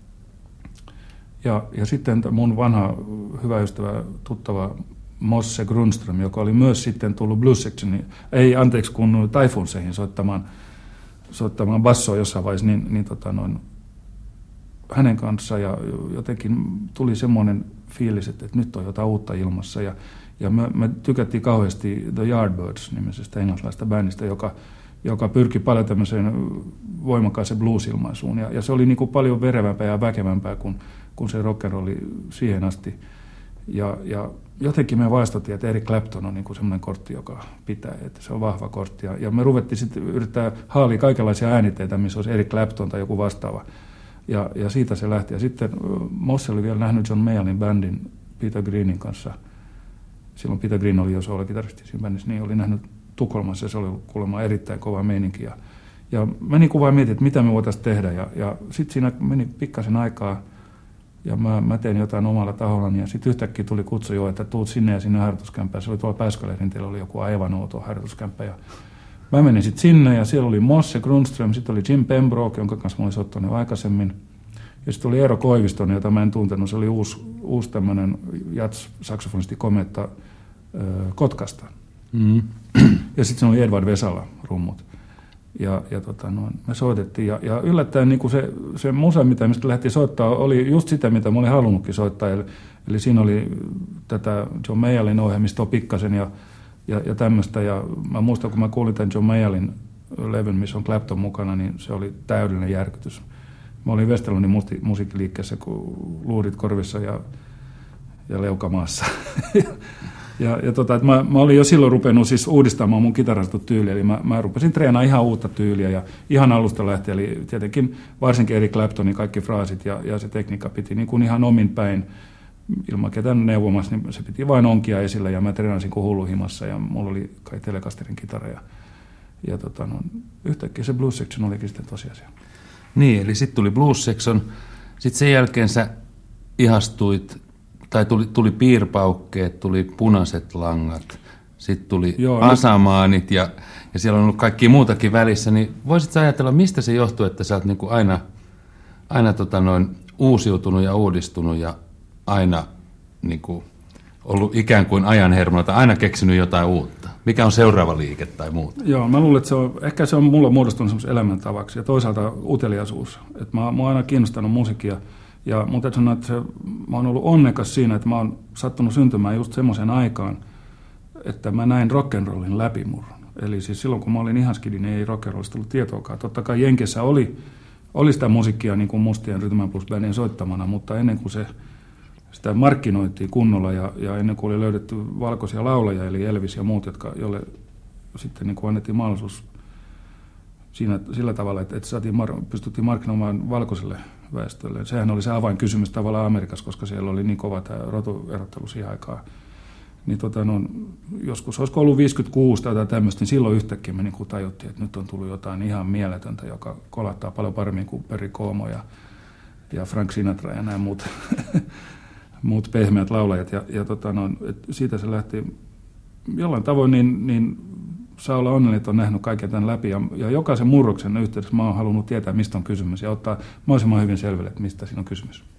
ja sitten mun vanha hyvä ystävä, tuttava Mosse Grundström, joka oli myös sitten tullut Blues Sectioniin, kun Typhoonseihin soittamaan bassoa jossain vaiheessa, niin hänen kanssaan ja jotenkin tuli semmoinen fiilis, että nyt on jotain uutta ilmassa ja me tykättiin kauheasti The Yardbirds-nimisestä englantilaista bändistä, joka pyrki paljon tämmöiseen voimakkaaseen blues-ilmaisuun ja se oli niin kuin paljon verevämpää ja väkevämpää kuin se rock'n'rolli siihen asti ja jotenkin me vaistottiin, että Eric Clapton on niin kuin semmoinen kortti, joka pitää, että se on vahva kortti ja me ruvettiin sitten yrittää haalia kaikenlaisia äänitteitä, missä olisi Eric Clapton tai joku vastaava. Ja siitä se lähti. Ja sitten Mosse oli vielä nähnyt John Mayallin bändin Peter Greenin kanssa. Silloin Peter Green oli jo soolokitaristi siinä bändissä, niin oli nähnyt Tukholmassa ja se oli kuulemma erittäin kova meininki. Ja mä niin kuin vaan mietin, että mitä me voitaisiin tehdä ja sitten siinä meni pikkasen aikaa ja mä tein jotain omalla tahollani ja sitten yhtäkkiä tuli kutsu jo, että tuut sinne ja sinne harjoituskämppään. Se oli tuolla Pääskölehrinteellä oli joku aivan outo harjoituskämppä ja mä menin sitten sinne ja siellä oli Mosse Grundström, sitten oli Jim Pembroke, jonka kanssa mä olin soittanut aikaisemmin. Ja sitten oli Eero Koivistonen, jota mä en tuntenut. Se oli uusi tämmöinen jazz-saksofonisti kometta Kotkasta. Mm. Ja sitten se oli Edvard Vesala rummut. Ja me soitettiin. Ja yllättäen niin se musa, mitä mistä lähti soittaa, oli just sitä, mitä mä olin halunnutkin soittaa. Eli siinä oli tätä John Mayallin ohjelmistoa pikkasen ja tämmöistä. Ja mä muistan, kun mä kuulin tämän John Mayallin levyn, missä on Clapton mukana, niin se oli täydellinen järkytys. Mä olin Westerlundin musiikkiliikkeessä, kun luurit korvissa ja leukamaassa. Mä olin jo silloin rupenut siis uudistamaan mun kitarastotyyliä, eli mä rupesin treenaamaan ihan uutta tyyliä ja ihan alusta lähtien, eli tietenkin varsinkin Eric Claptonin kaikki fraasit ja se tekniikka piti niin kuin ihan omin päin ilman ketään neuvomassa, niin se piti vain onkia esillä ja mä treenasin kuin hullu himassa ja mulla oli kai Telecasterin kitara ja yhtäkkiä se Blues Section olikin sitten tosiasia. Niin, eli sitten tuli Blues Section, sitten sen jälkeen sä ihastuit, tai tuli piirpaukkeet, tuli punaiset langat, sitten tuli asamaanit ja siellä on ollut kaikkia muutakin välissä, niin voisitko ajatella, mistä se johtuu, että sä oot niinku aina uusiutunut ja uudistunut ja aina niinku ollut ikään kuin ajanhermolla tai aina keksinyt jotain uutta? Mikä on seuraava liike tai muuta? Joo, mä luulen, että ehkä se on mulla muodostunut semmoisen elämäntavaksi ja toisaalta uteliaisuus. Että mä oon aina kiinnostanut musiikkia ja mun täytyy sanoa, että mä oon ollut onnekas siinä, että mä oon sattunut syntymään just semmoiseen aikaan, että mä näin rock'n'rollin läpimurron. Eli siis silloin, kun mä olin ihan skidi, niin ei rock'n'rollista ollut tietoakaan. Totta kai Jenkeissä oli sitä musiikkia niin kuin mustien Rhythm and Blues-bändien soittamana, mutta ennen kuin sitä markkinoitiin kunnolla ja ennen kuin oli löydetty valkoisia laulajia, eli Elvis ja muut, joille sitten niin kuin annettiin mahdollisuus sillä tavalla, että pystyttiin markkinoimaan valkoiselle väestölle. Sehän oli se avainkysymys tavallaan Amerikassa, koska siellä oli niin kova tämä rotuerottelu siihen aikaan. Niin joskus olisiko ollut 56 tai tämmöistä, niin silloin yhtäkkiä me niin kuin tajuttiin, että nyt on tullut jotain ihan mieletöntä, joka kolahtaa paljon paremmin kuin Perry Como ja Frank Sinatra ja nämä muut pehmeät laulajat. Siitä se lähti jollain tavoin, niin saa olla onnellinen, että on nähnyt kaiken tämän läpi. Ja jokaisen murroksen yhteydessä mä oon halunnut tietää, mistä on kysymys ja ottaa mahdollisimman hyvin selville, että mistä siinä on kysymys.